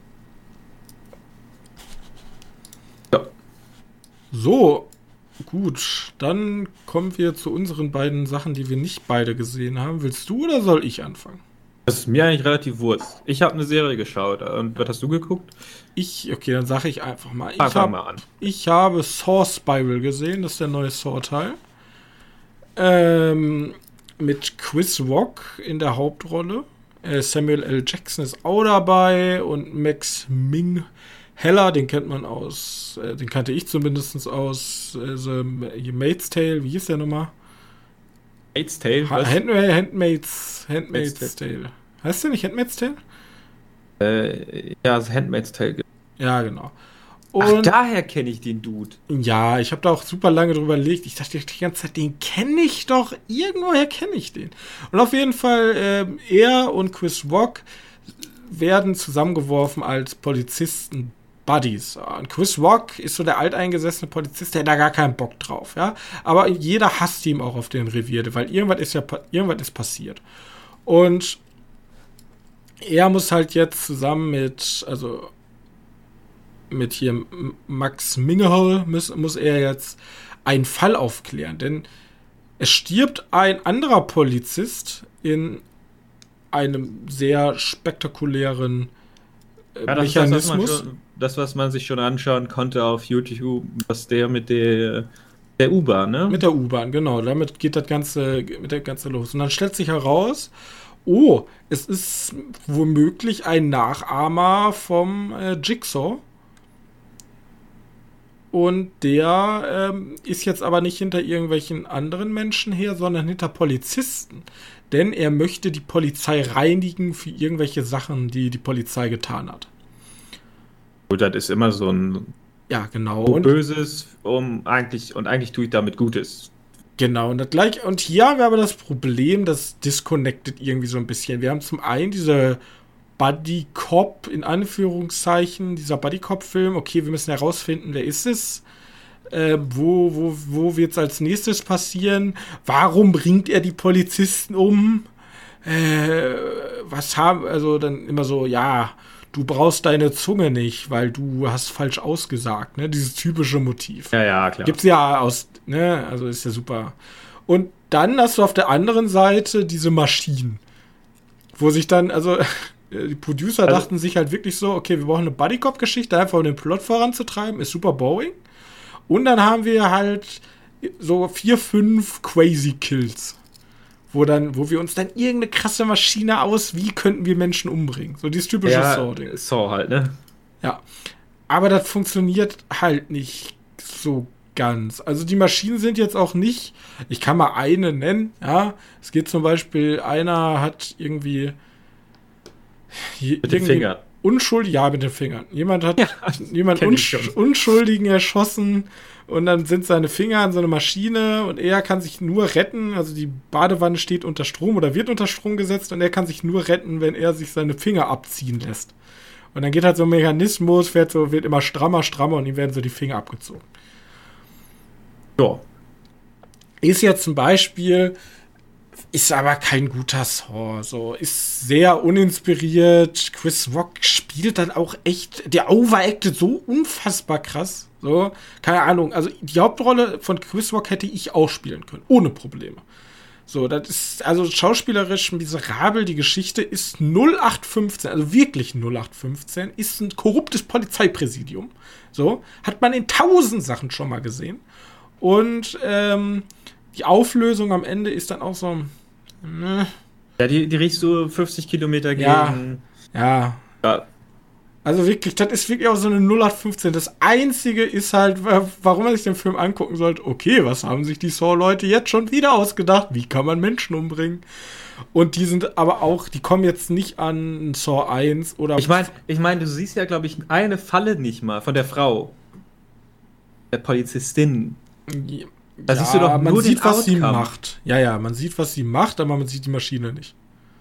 Ja. So, gut. Dann kommen wir zu unseren beiden Sachen, die wir nicht beide gesehen haben. Willst du oder soll ich anfangen? Das ist mir eigentlich relativ Wurst. Ich habe eine Serie geschaut. Und was hast du geguckt? Okay, dann sage ich einfach mal. Fang mal an. Ich habe Saw Spiral gesehen, das ist der neue Saw-Teil. Mit Chris Rock in der Hauptrolle. Samuel L. Jackson ist auch dabei und Max Minghella, den kennt man aus, den kannte ich zumindest aus The Maid's Tale, wie hieß der nochmal? Handmaid's Tale? Handmaid's Tale. Heißt der nicht Handmaid's Tale? Ja, das Handmaid's Tale. Ja, genau. Und daher kenne ich den Dude. Ja, ich habe da auch super lange drüber überlegt. Ich dachte die ganze Zeit, den kenne ich doch. Irgendwoher kenne ich den. Und auf jeden Fall, er und Chris Rock werden zusammengeworfen als Polizisten Buddies. Und Chris Rock ist so der alteingesessene Polizist, der hat da gar keinen Bock drauf, ja. Aber jeder hasst ihn auch auf dem Revier, weil irgendwas ist passiert. Und er muss halt jetzt zusammen mit hier Max Minghella muss er jetzt einen Fall aufklären, denn es stirbt ein anderer Polizist in einem sehr spektakulären Mechanismus. Was man sich schon anschauen konnte auf YouTube, was der mit der U-Bahn, ne? Mit der U-Bahn, genau. Damit geht das Ganze los. Und dann stellt sich heraus, es ist womöglich ein Nachahmer vom Jigsaw. Und der ist jetzt aber nicht hinter irgendwelchen anderen Menschen her, sondern hinter Polizisten. Denn er möchte die Polizei reinigen für irgendwelche Sachen, die die Polizei getan hat. Gut, das ist immer so ein Böses, eigentlich tue ich damit Gutes. Genau, und hier haben wir aber das Problem, das disconnected irgendwie so ein bisschen. Wir haben zum einen diese Buddy Cop, in Anführungszeichen, dieser Buddy Cop-Film. Okay, wir müssen herausfinden, wer ist es? Wo wird es als nächstes passieren? Warum bringt er die Polizisten um? Dann immer so, ja, du brauchst deine Zunge nicht, weil du hast falsch ausgesagt, ne? Dieses typische Motiv. Ja, klar. Gibt's ja also ist ja super. Und dann hast du auf der anderen Seite diese Maschinen, wo sich dann, die Producer dachten sich halt wirklich so, okay, wir brauchen eine Buddy-Cop-Geschichte, einfach um den Plot voranzutreiben, ist super boring. Und dann haben wir halt so 4, 5 Crazy Kills, wo wir uns dann irgendeine krasse Maschine wie könnten wir Menschen umbringen. So dieses typische Saw-Ding. Saw halt, ne? Ja. Aber das funktioniert halt nicht so ganz. Also die Maschinen sind jetzt auch nicht, ich kann mal eine nennen, ja. Es geht zum Beispiel, einer hat irgendwie mit den Fingern. Unschuldig, ja, mit den Fingern. Jemand hat Unschuldigen erschossen und dann sind seine Finger an so eine Maschine und er kann sich nur retten, also die Badewanne steht unter Strom oder wird unter Strom gesetzt und er kann sich nur retten, wenn er sich seine Finger abziehen lässt. Und dann geht halt so ein Mechanismus, wird immer strammer und ihm werden so die Finger abgezogen. Ja. Ist jetzt zum Beispiel, ist aber kein guter Saw, so, ist sehr uninspiriert. Chris Rock spielt dann auch echt, der overacted so unfassbar krass, so, keine Ahnung, also die Hauptrolle von Chris Rock hätte ich auch spielen können, ohne Probleme. So, das ist, also schauspielerisch miserabel, die Geschichte ist 0815, also wirklich 0815, ist ein korruptes Polizeipräsidium, so, hat man in 1000 Sachen schon mal gesehen. Und, die Auflösung am Ende ist dann auch so. Ja, die riechst du 50 Kilometer gegen. Ja. Also wirklich, das ist wirklich auch so eine 0815. Das Einzige ist halt, warum man sich den Film angucken sollte, okay, was haben sich die Saw-Leute jetzt schon wieder ausgedacht? Wie kann man Menschen umbringen? Und die sind aber auch, die kommen jetzt nicht an Saw 1 oder. Ich meine, du siehst ja, glaube ich, eine Falle nicht mal von der Frau. Der Polizistin. Da siehst du doch nur man sieht, was sie macht. Ja, man sieht, was sie macht, aber man sieht die Maschine nicht.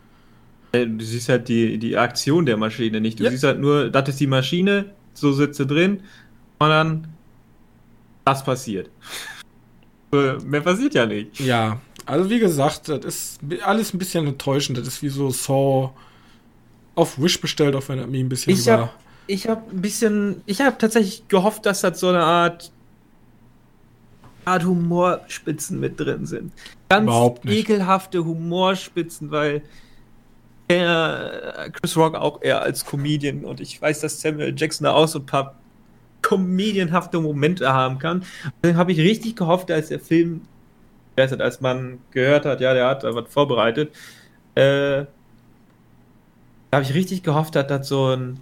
Du siehst halt die Aktion der Maschine nicht. Du siehst halt nur, das ist die Maschine, so sitzt sie drin, und dann das passiert. Mehr passiert ja nicht. Ja, Also wie gesagt, das ist alles ein bisschen enttäuschend. Das ist wie so Saw auf Wish bestellt, auch wenn er mir ein bisschen Ich habe tatsächlich gehofft, dass das so eine Art Humorspitzen mit drin sind. Ganz Überhaupt nicht. ekelhafte Humorspitzen, weil Chris Rock auch eher als Comedian und ich weiß, dass Samuel Jackson da auch so ein paar comedianhafte Momente haben kann. Dann habe ich richtig gehofft, als der Film, als man gehört hat, ja, der hat da was vorbereitet, da habe ich richtig gehofft, dass so ein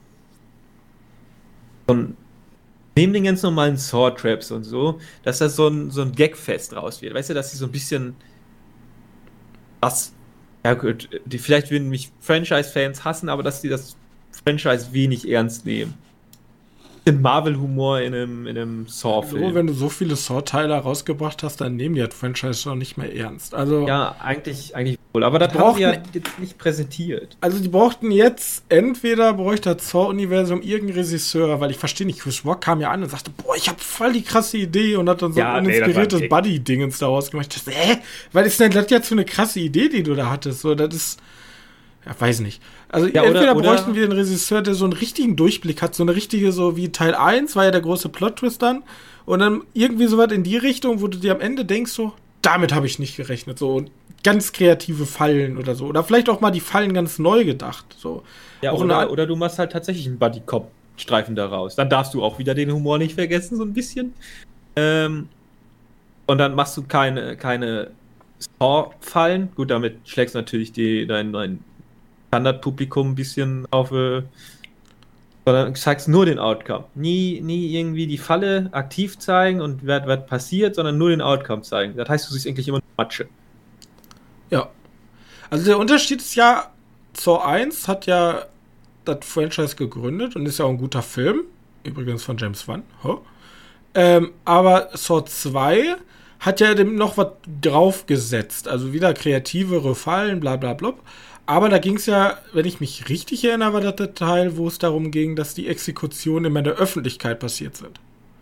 neben den ganz normalen Saw-Traps und so, dass das so ein Gagfest raus wird. Weißt du, dass sie so ein bisschen was, ja gut, vielleicht würden mich Franchise-Fans hassen, aber dass die das Franchise wenig ernst nehmen. Den Marvel-Humor in einem Saw-Film. So, wenn du so viele Saw-Teile rausgebracht hast, dann nehmen die das Franchise doch nicht mehr ernst. Also, ja, eigentlich wohl. Aber das haben die ja jetzt nicht präsentiert. Also die brauchten jetzt, entweder bräuchte das Saw-Universum irgendeinen Regisseur, weil ich verstehe nicht, Chris Rock kam ja an und sagte, boah, ich habe voll die krasse Idee und hat dann so ein inspiriertes Buddy-Dingens daraus gemacht. Ich dachte, was ist denn das jetzt für eine krasse Idee, die du da hattest? So, das ist, ja, weiß nicht. Also ja, entweder bräuchten wir einen Regisseur, der so einen richtigen Durchblick hat, so eine richtige, so wie Teil 1 war ja der große Plot-Twist dann und dann irgendwie sowas in die Richtung, wo du dir am Ende denkst, so, damit habe ich nicht gerechnet, so, und ganz kreative Fallen oder so. Oder vielleicht auch mal die Fallen ganz neu gedacht, so. Ja, oder du machst halt tatsächlich einen Buddy-Cop-Streifen daraus. Dann darfst du auch wieder den Humor nicht vergessen, so ein bisschen. Und dann machst du keine Saw-Fallen. Gut, damit schlägst du natürlich dein Standardpublikum ein bisschen auf, sondern zeigst nur den Outcome. Nie irgendwie die Falle aktiv zeigen und was passiert, sondern nur den Outcome zeigen. Das heißt, du siehst eigentlich immer nur Matsche. Ja. Also der Unterschied ist ja, Saw 1 hat ja das Franchise gegründet und ist ja auch ein guter Film. Übrigens von James Wan. Aber Saw 2 hat ja dem noch was draufgesetzt. Also wieder kreativere Fallen, bla bla bla. Aber da ging es ja, wenn ich mich richtig erinnere, war das der Teil, wo es darum ging, dass die Exekutionen immer in der Öffentlichkeit passiert sind.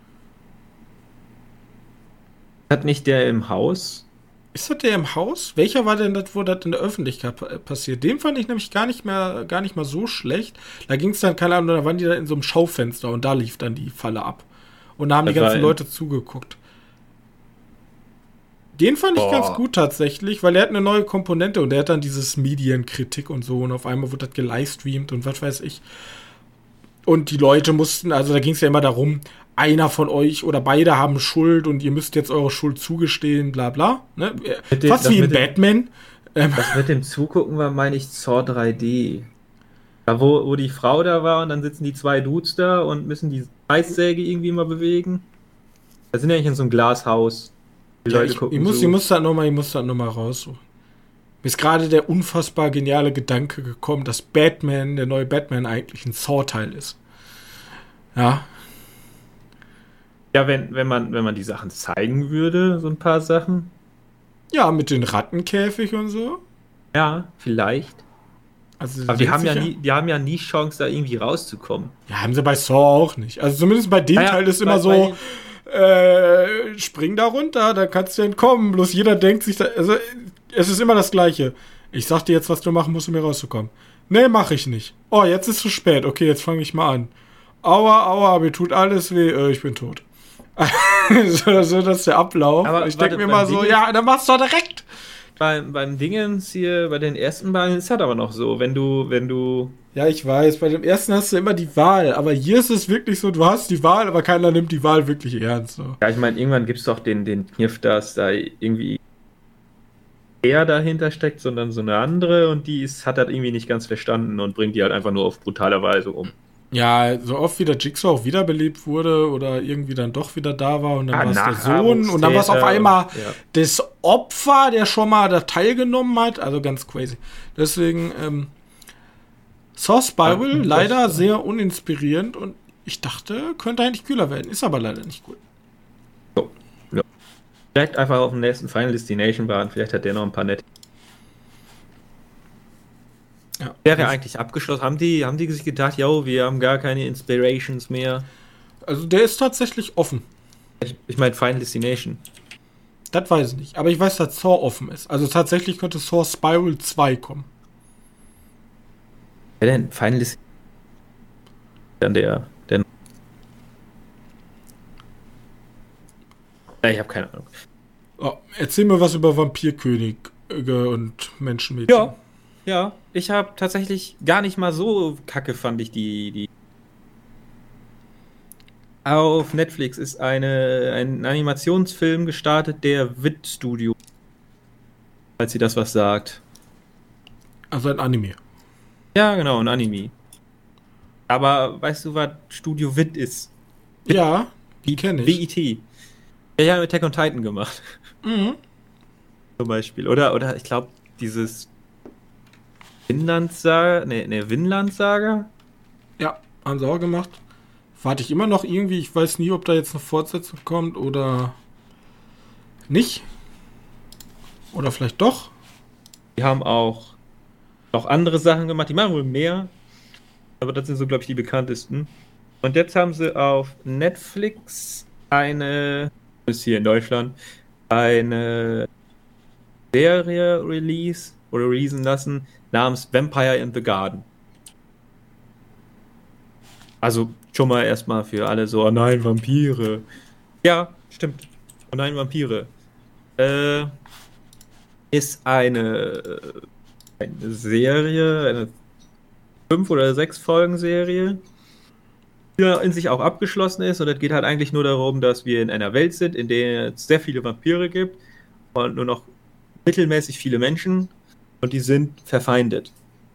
Hat nicht der im Haus? Ist das der im Haus? Welcher war denn das, wo das in der Öffentlichkeit passiert? Den fand ich nämlich gar nicht mal so schlecht. Da ging es dann, keine Ahnung, da waren die da in so einem Schaufenster und da lief dann die Falle ab. Und da haben die ganzen Leute zugeguckt. Den fand ich ganz gut tatsächlich, weil er hat eine neue Komponente und er hat dann dieses Medienkritik und so und auf einmal wird das gelivestreamt und was weiß ich. Und die Leute mussten, also da ging es ja immer darum, einer von euch oder beide haben Schuld und ihr müsst jetzt eure Schuld zugestehen, bla bla. Ne? Fast wie in Batman. Das mit dem Zugucken war, meine ich, Saw 3D. Da, wo die Frau da war und dann sitzen die zwei Dudes da und müssen die Kreissäge irgendwie mal bewegen. Da sind ja eigentlich in so einem Glashaus. Die Leute gucken ich muss da nochmal raus. So. Mir ist gerade der unfassbar geniale Gedanke gekommen, dass Batman, der neue Batman, eigentlich ein Saw-Teil ist. Ja. Ja, wenn man die Sachen zeigen würde, so ein paar Sachen. Ja, mit den Rattenkäfig und so. Ja, vielleicht. Also, aber die haben ja nie Chance, da irgendwie rauszukommen. Ja, haben sie bei Saw auch nicht. Also zumindest bei dem Teil ist immer so, spring da runter, da kannst du entkommen. Bloß jeder denkt sich, also es ist immer das Gleiche. Ich sag dir jetzt, was du machen musst, um hier rauszukommen. Nee, mach ich nicht. Oh, jetzt ist zu spät. Okay, jetzt fange ich mal an. Aua, mir tut alles weh. Ich bin tot. so, das ist der Ablauf. Aber ich denke mir mal so, ja, dann mach's doch direkt. Beim Dingens hier, bei den ersten Beinen ist das aber noch so, wenn du... Ja, ich weiß, bei dem ersten hast du immer die Wahl, aber hier ist es wirklich so, du hast die Wahl, aber keiner nimmt die Wahl wirklich ernst. So. Ja, ich meine, irgendwann gibt es doch den Kniff, dass da irgendwie er dahinter steckt, sondern so eine andere und hat das irgendwie nicht ganz verstanden und bringt die halt einfach nur auf brutale Weise um. Ja, so oft wie der Jigsaw auch wiederbelebt wurde oder irgendwie dann doch wieder da war und dann war es der Sohn und dann war es auf einmal das Opfer, der schon mal da teilgenommen hat, also ganz crazy. Deswegen, Saw Spiral leider sehr uninspirierend und ich dachte, könnte eigentlich kühler werden, ist aber leider nicht gut. Ja. Vielleicht einfach auf dem nächsten Final Destination warten, vielleicht hat der noch ein paar nette. Ja. Wäre eigentlich abgeschlossen. Haben die sich gedacht, yo, wir haben gar keine Inspirations mehr? Also der ist tatsächlich offen. Ich meine Final Destination. Das weiß ich nicht. Aber ich weiß, dass Saw offen ist. Also tatsächlich könnte Saw Spiral 2 kommen. Wer denn? Final ist dann der. Ja, ich habe keine Ahnung. Oh, erzähl mir was über Vampirkönige und Menschenmädchen. Ja. Ich habe tatsächlich gar nicht mal so kacke, fand ich die. Auf Netflix ist ein Animationsfilm gestartet, der Wit Studio. Falls sie das was sagt. Also ein Anime. Ja, genau, ein Anime. Aber weißt du, was Studio Wit ist? Ja, die kenne ich. WIT. Ja, haben Attack on Titan gemacht. Mhm. Zum Beispiel. Oder ich glaube, dieses Vinland-Saga. Vinland-Saga? Ja, haben sie auch gemacht. Warte ich immer noch irgendwie. Ich weiß nie, ob da jetzt eine Fortsetzung kommt oder nicht. Oder vielleicht doch. Die haben auch noch andere Sachen gemacht. Die machen wohl mehr. Aber das sind so, glaube ich, die bekanntesten. Und jetzt haben sie auf Netflix ist hier in Deutschland, eine Serie releasen lassen namens Vampire in the Garden. Also schon mal erstmal für alle so, oh nein, Vampire. Ja, stimmt. Oh nein, Vampire. Ist eine Serie, eine 5 oder 6 Folgen Serie, die ja in sich auch abgeschlossen ist, und es geht halt eigentlich nur darum, dass wir in einer Welt sind, in der es sehr viele Vampire gibt und nur noch mittelmäßig viele Menschen, und die sind verfeindet.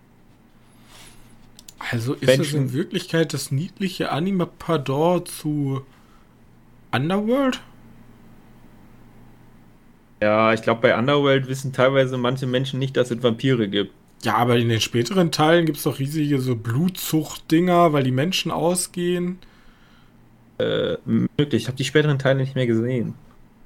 Also ist Menschen. es in Wirklichkeit das niedliche Anime-Pardon zu Underworld? Ja, ich glaube, bei Underworld wissen teilweise manche Menschen nicht, dass es Vampire gibt. Ja, aber in den späteren Teilen gibt es doch riesige so Blutzucht-Dinger, weil die Menschen ausgehen. Möglich, ich habe die späteren Teile nicht mehr gesehen.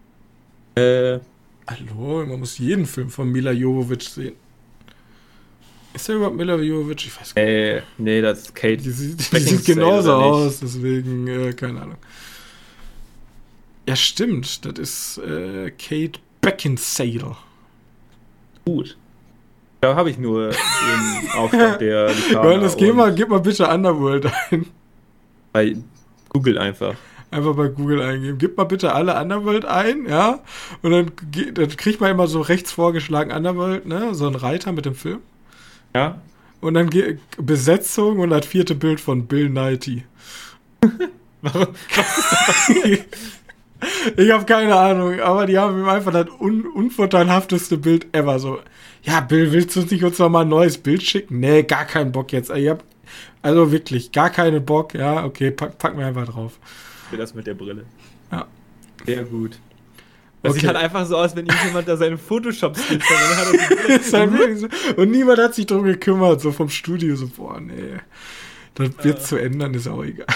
Hallo, man muss jeden Film von Mila Jovovich sehen. Ist der überhaupt Mila Jovovich? Ich weiß gar nicht. Nee, das ist Kate. Die sieht Beckinsale, genauso oder nicht? aus, deswegen, keine Ahnung. Ja, stimmt, das ist Kate Beckinsale. Gut. Da habe ich nur den Aufstand der Johannes, gib mal bitte Underworld ein. bei Google einfach. Einfach bei Google eingeben. Gib mal bitte alle Underworld ein, ja? Und dann kriegt man immer so rechts vorgeschlagen Underworld, ne? So ein Reiter mit dem Film. Ja? Und dann Besetzung und das 4. Bild von Bill Nighy. Warum? Ich habe keine Ahnung, aber die haben ihm einfach das unvorteilhafteste Bild ever so. Ja, Bill, willst du nicht uns noch mal ein neues Bild schicken? Nee, gar keinen Bock jetzt. Also wirklich, gar keinen Bock. Ja, okay, pack mir einfach drauf. Das mit der Brille. Ja. Sehr gut. Das Okay. sieht halt einfach so aus, wenn irgendjemand da seine Photoshop-Skills hat. Dann hat er die Brille. Ist halt wirklich so. Und niemand hat sich drum gekümmert, so vom Studio, so, boah, nee. Das wird zu ändern, ist auch egal.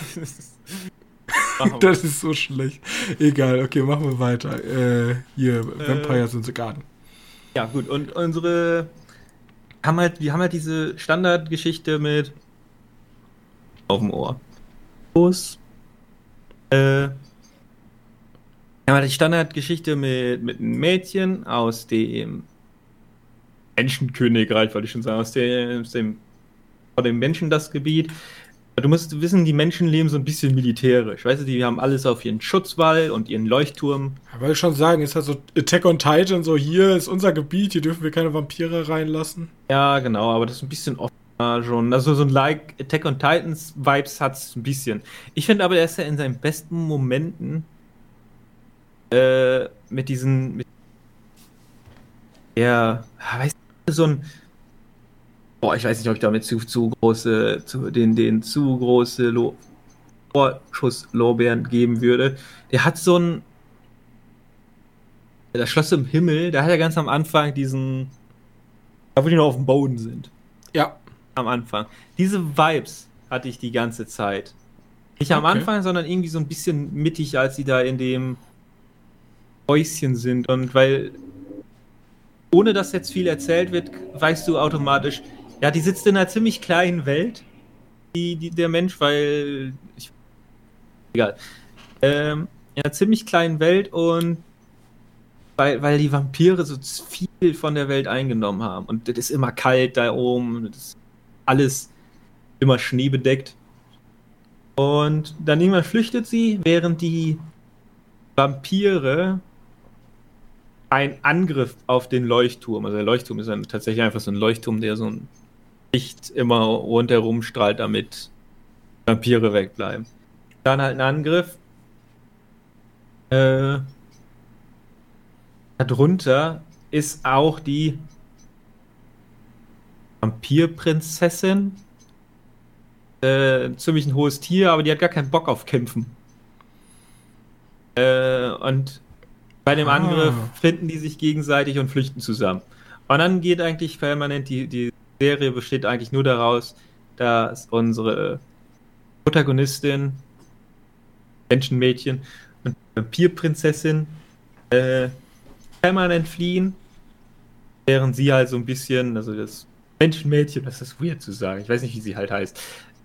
Das ist so schlecht. Egal, okay, machen wir weiter. Hier, Vampires in the Garden. Ja, gut. Und wir haben halt diese Standardgeschichte mit auf dem Ohr. Los. Wir haben halt die Standardgeschichte mit einem Mädchen aus dem Menschenkönigreich, wollte ich schon sagen, von dem Menschen das Gebiet. Du musst wissen, die Menschen leben so ein bisschen militärisch. Weißt du, die haben alles auf ihren Schutzwall und ihren Leuchtturm. Ja, wollte ich schon sagen, ist halt so Attack on Titan, so hier ist unser Gebiet, hier dürfen wir keine Vampire reinlassen. Ja, genau, aber das ist ein bisschen offener schon. Also so ein Attack on Titans Vibes hat es ein bisschen. Ich finde aber, er ist ja in seinen besten Momenten mit diesen weißt du, so ein ich weiß nicht, ob ich damit zu große Vorschusslorbeeren geben würde. Der hat so ein das Schloss im Himmel, da hat er ganz am Anfang da wo die noch auf dem Boden sind. Ja. Am Anfang. Diese Vibes hatte ich die ganze Zeit. Nicht am Okay. Anfang, sondern irgendwie so ein bisschen mittig, als sie da in dem Häuschen sind. Und weil, ohne dass jetzt viel erzählt wird, weißt du automatisch, ja, die sitzt in einer ziemlich kleinen Welt, der Mensch, weil egal. In einer ziemlich kleinen Welt, und weil die Vampire so viel von der Welt eingenommen haben. Und das ist immer kalt da oben. Das ist alles immer schneebedeckt. Und dann irgendwann flüchtet sie, während die Vampire einen Angriff auf den Leuchtturm. Also der Leuchtturm ist dann tatsächlich einfach so ein Leuchtturm, der so ein Licht immer rundherum strahlt, damit Vampire wegbleiben. Dann halt ein Angriff. Darunter ist auch die Vampirprinzessin. Ziemlich ein hohes Tier, aber die hat gar keinen Bock auf Kämpfen. Und bei dem Angriff finden die sich gegenseitig und flüchten zusammen. Und dann geht eigentlich permanent, die Serie besteht eigentlich nur daraus, dass unsere Protagonistin, Menschenmädchen und Vampirprinzessin permanent fliehen, während sie halt so ein bisschen, also das Menschenmädchen, das ist weird zu sagen, ich weiß nicht, wie sie halt heißt,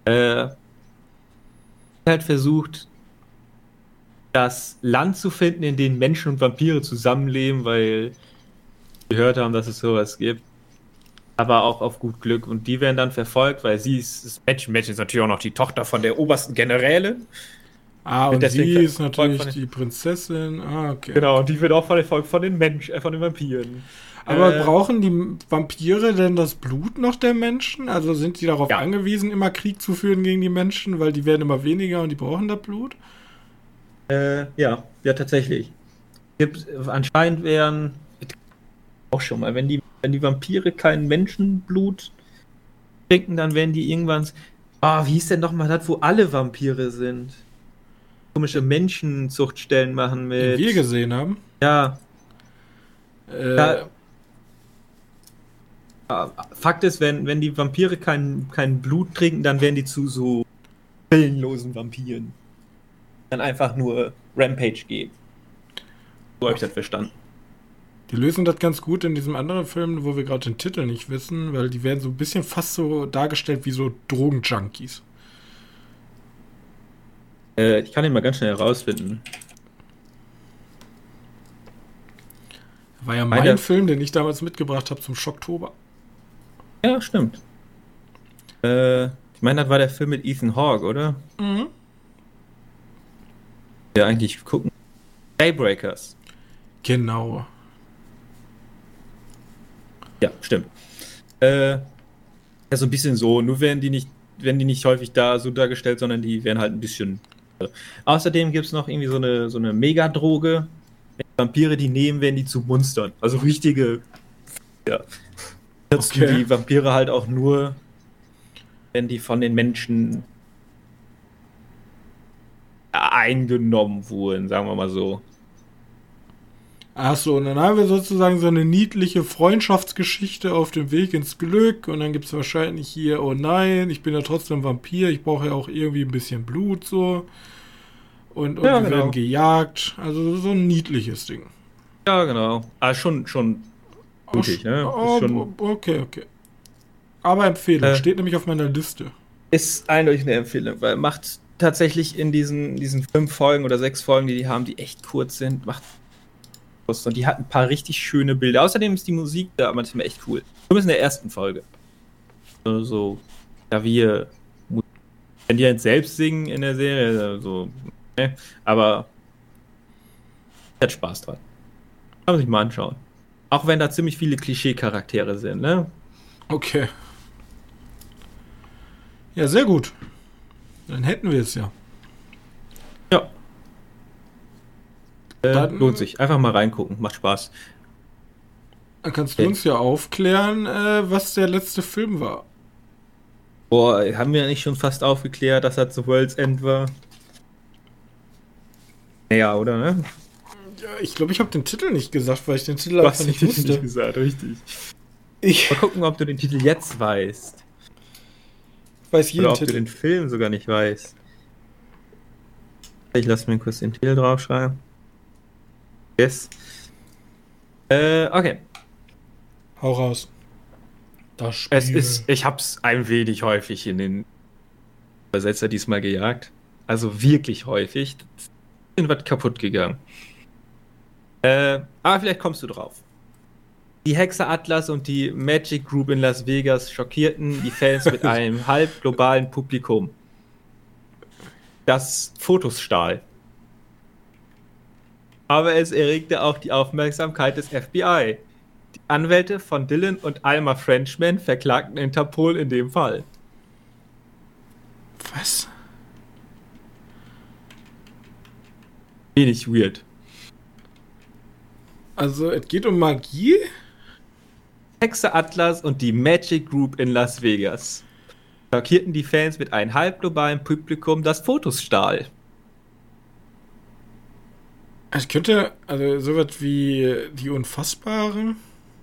halt versucht, das Land zu finden, in dem Menschen und Vampire zusammenleben, weil wir gehört haben, dass es sowas gibt. Aber auch auf gut Glück. Und die werden dann verfolgt, weil sie ist, das Menschenmädchen ist natürlich auch noch die Tochter von der obersten Generälin. Und sie ist natürlich die Prinzessin. Okay. Genau, und die wird auch verfolgt von den von den Vampiren. Aber brauchen die Vampire denn das Blut noch der Menschen? Also sind sie darauf angewiesen, immer Krieg zu führen gegen die Menschen, weil die werden immer weniger und die brauchen das Blut? Ja, tatsächlich. Anscheinend wären auch schon mal, wenn die Vampire kein Menschenblut trinken, dann werden die irgendwann. Wie hieß denn nochmal das, wo alle Vampire sind? Komische Menschenzuchtstellen machen mit. Die wir gesehen haben? Ja. Fakt ist, wenn die Vampire kein Blut trinken, dann werden die zu so willenlosen Vampiren. Dann einfach nur Rampage geben. So habe ich das verstanden. Die lösen das ganz gut in diesem anderen Film, wo wir gerade den Titel nicht wissen, weil die werden so ein bisschen fast so dargestellt wie so Drogenjunkies. Ich kann ihn mal ganz schnell herausfinden. War ja mein Film, den ich damals mitgebracht habe zum Schocktober. Ja, stimmt. Ich meine, das war der Film mit Ethan Hawke, oder? Mhm. Ja, eigentlich gucken. Daybreakers. Genau. Ja, stimmt. Ja, so ein bisschen so. Nur werden die nicht häufig da so dargestellt, sondern die werden halt ein bisschen. Außerdem gibt es noch irgendwie so eine Megadroge. Wenn Vampire die nehmen, werden die zu Monstern. Also richtige. Ja. Okay. Die Vampire halt auch nur, wenn die von den Menschen eingenommen wurden, sagen wir mal so. Achso, und dann haben wir sozusagen so eine niedliche Freundschaftsgeschichte auf dem Weg ins Glück und dann gibt es wahrscheinlich hier, oh nein, ich bin ja trotzdem Vampir, ich brauche ja auch irgendwie ein bisschen Blut so und ja, wir werden gejagt, also so ein niedliches Ding. Ja, genau. Aber schon mutig, ne? Okay. Aber Empfehlung, steht nämlich auf meiner Liste. Ist eindeutig eine Empfehlung, weil macht tatsächlich in diesen 5 Folgen oder 6 Folgen, die haben, die echt kurz sind, macht und die hat ein paar richtig schöne Bilder. Außerdem ist die Musik da manchmal echt cool. Zumindest in der ersten Folge. So Klavier. Wenn die halt selbst singen in der Serie, so, ne? Aber hat Spaß dran. Kann man sich mal anschauen. Auch wenn da ziemlich viele Klischee-Charaktere sind, ne? Okay. Ja, sehr gut. Dann hätten wir es ja. Ja. Lohnt sich. Einfach mal reingucken. Macht Spaß. Dann kannst du uns ja aufklären, was der letzte Film war. Boah, haben wir nicht schon fast aufgeklärt, dass das The World's End war? Ja, oder, ne? Ja, ich glaube, ich habe den Titel nicht gesagt, weil ich den Titel einfach nicht wusste. Nicht gesagt, richtig. Mal gucken, ob du den Titel jetzt weißt. Ich weiß jeden oder ob Titel. Du den Film sogar nicht weißt. Ich lasse mir kurz den Titel draufschreiben. Yes. Okay. Hau raus. Das Spiel. Ich hab's ein wenig häufig in den Übersetzer diesmal gejagt. Also wirklich häufig. Ist was kaputt gegangen. Aber vielleicht kommst du drauf. Die Hexe Atlas und die Magic Group in Las Vegas schockierten die Fans mit einem halb globalen Publikum, das Fotos stahl. Aber es erregte auch die Aufmerksamkeit des FBI. Die Anwälte von Dylan und Alma Frenchman verklagten Interpol in dem Fall. Was? Wenig weird. Also, es geht um Magie? Hexe Atlas und die Magic Group in Las Vegas schockierten die Fans mit einem halbglobalen Publikum, das Fotos stahl. Es könnte, also sowas wie die Unfassbaren.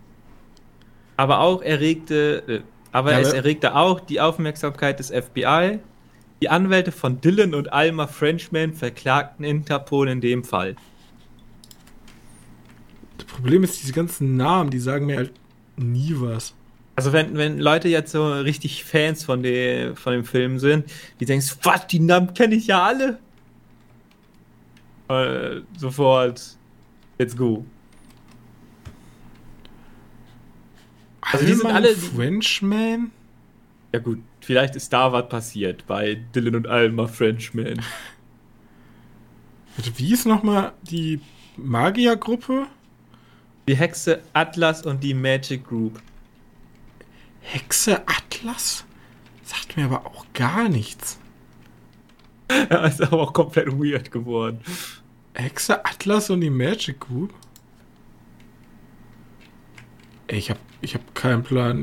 Aber es erregte auch die Aufmerksamkeit des FBI. Die Anwälte von Dylan und Alma Frenchman verklagten Interpol in dem Fall. Das Problem ist, diese ganzen Namen, die sagen mir halt nie was. Also wenn Leute jetzt so richtig Fans von dem Film sind, die denken, was, die Namen kenne ich ja alle. Sofort, let's go. Also die sind alle Frenchman? Ja gut, vielleicht ist da was passiert bei Dylan und Alma Frenchman. Wie ist nochmal die Magiergruppe? Die Hexe Atlas und die Magic Group. Hexe Atlas? Sagt mir aber auch gar nichts. Ja, ist aber auch komplett weird geworden. Hexe Atlas und die Magic Group? Ey, ich hab keinen Plan.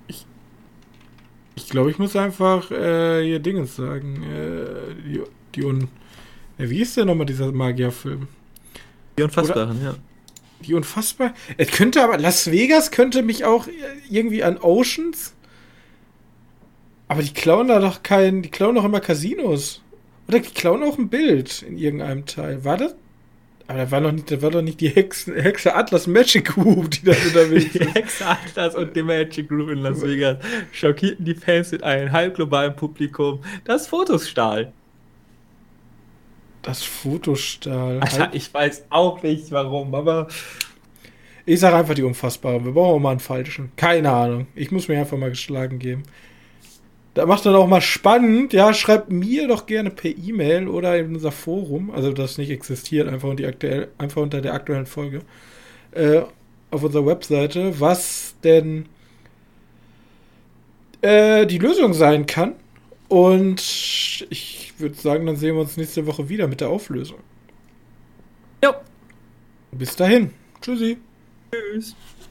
Ich glaube, ich muss einfach hier Dingens sagen. Wie ist denn nochmal dieser Magierfilm? Die Unfassbaren, ja. Die Unfassbar. Es könnte aber, Las Vegas könnte mich auch irgendwie an Oceans. Aber die klauen da doch die klauen doch immer Casinos. Oder die klauen auch ein Bild in irgendeinem Teil. War das? Aber das war doch nicht die Hexe Atlas Magic Group, die da unterwegs ist. Die Hexe Atlas und die Magic Group in Las Vegas schockierten die Fans mit einem halbglobalen Publikum, das Fotos stahl. Das Fotostahl. Alter, ich weiß auch nicht warum, aber. Ich sage einfach die Unfassbaren. Wir brauchen auch mal einen falschen. Keine Ahnung. Ich muss mir einfach mal geschlagen geben. Da macht dann auch mal spannend. Ja, schreibt mir doch gerne per E-Mail oder in unser Forum. Also, das nicht existiert, einfach unter der aktuellen Folge. Auf unserer Webseite, was denn die Lösung sein kann. Und ich würde sagen, dann sehen wir uns nächste Woche wieder mit der Auflösung. Jo. Bis dahin. Tschüssi. Tschüss.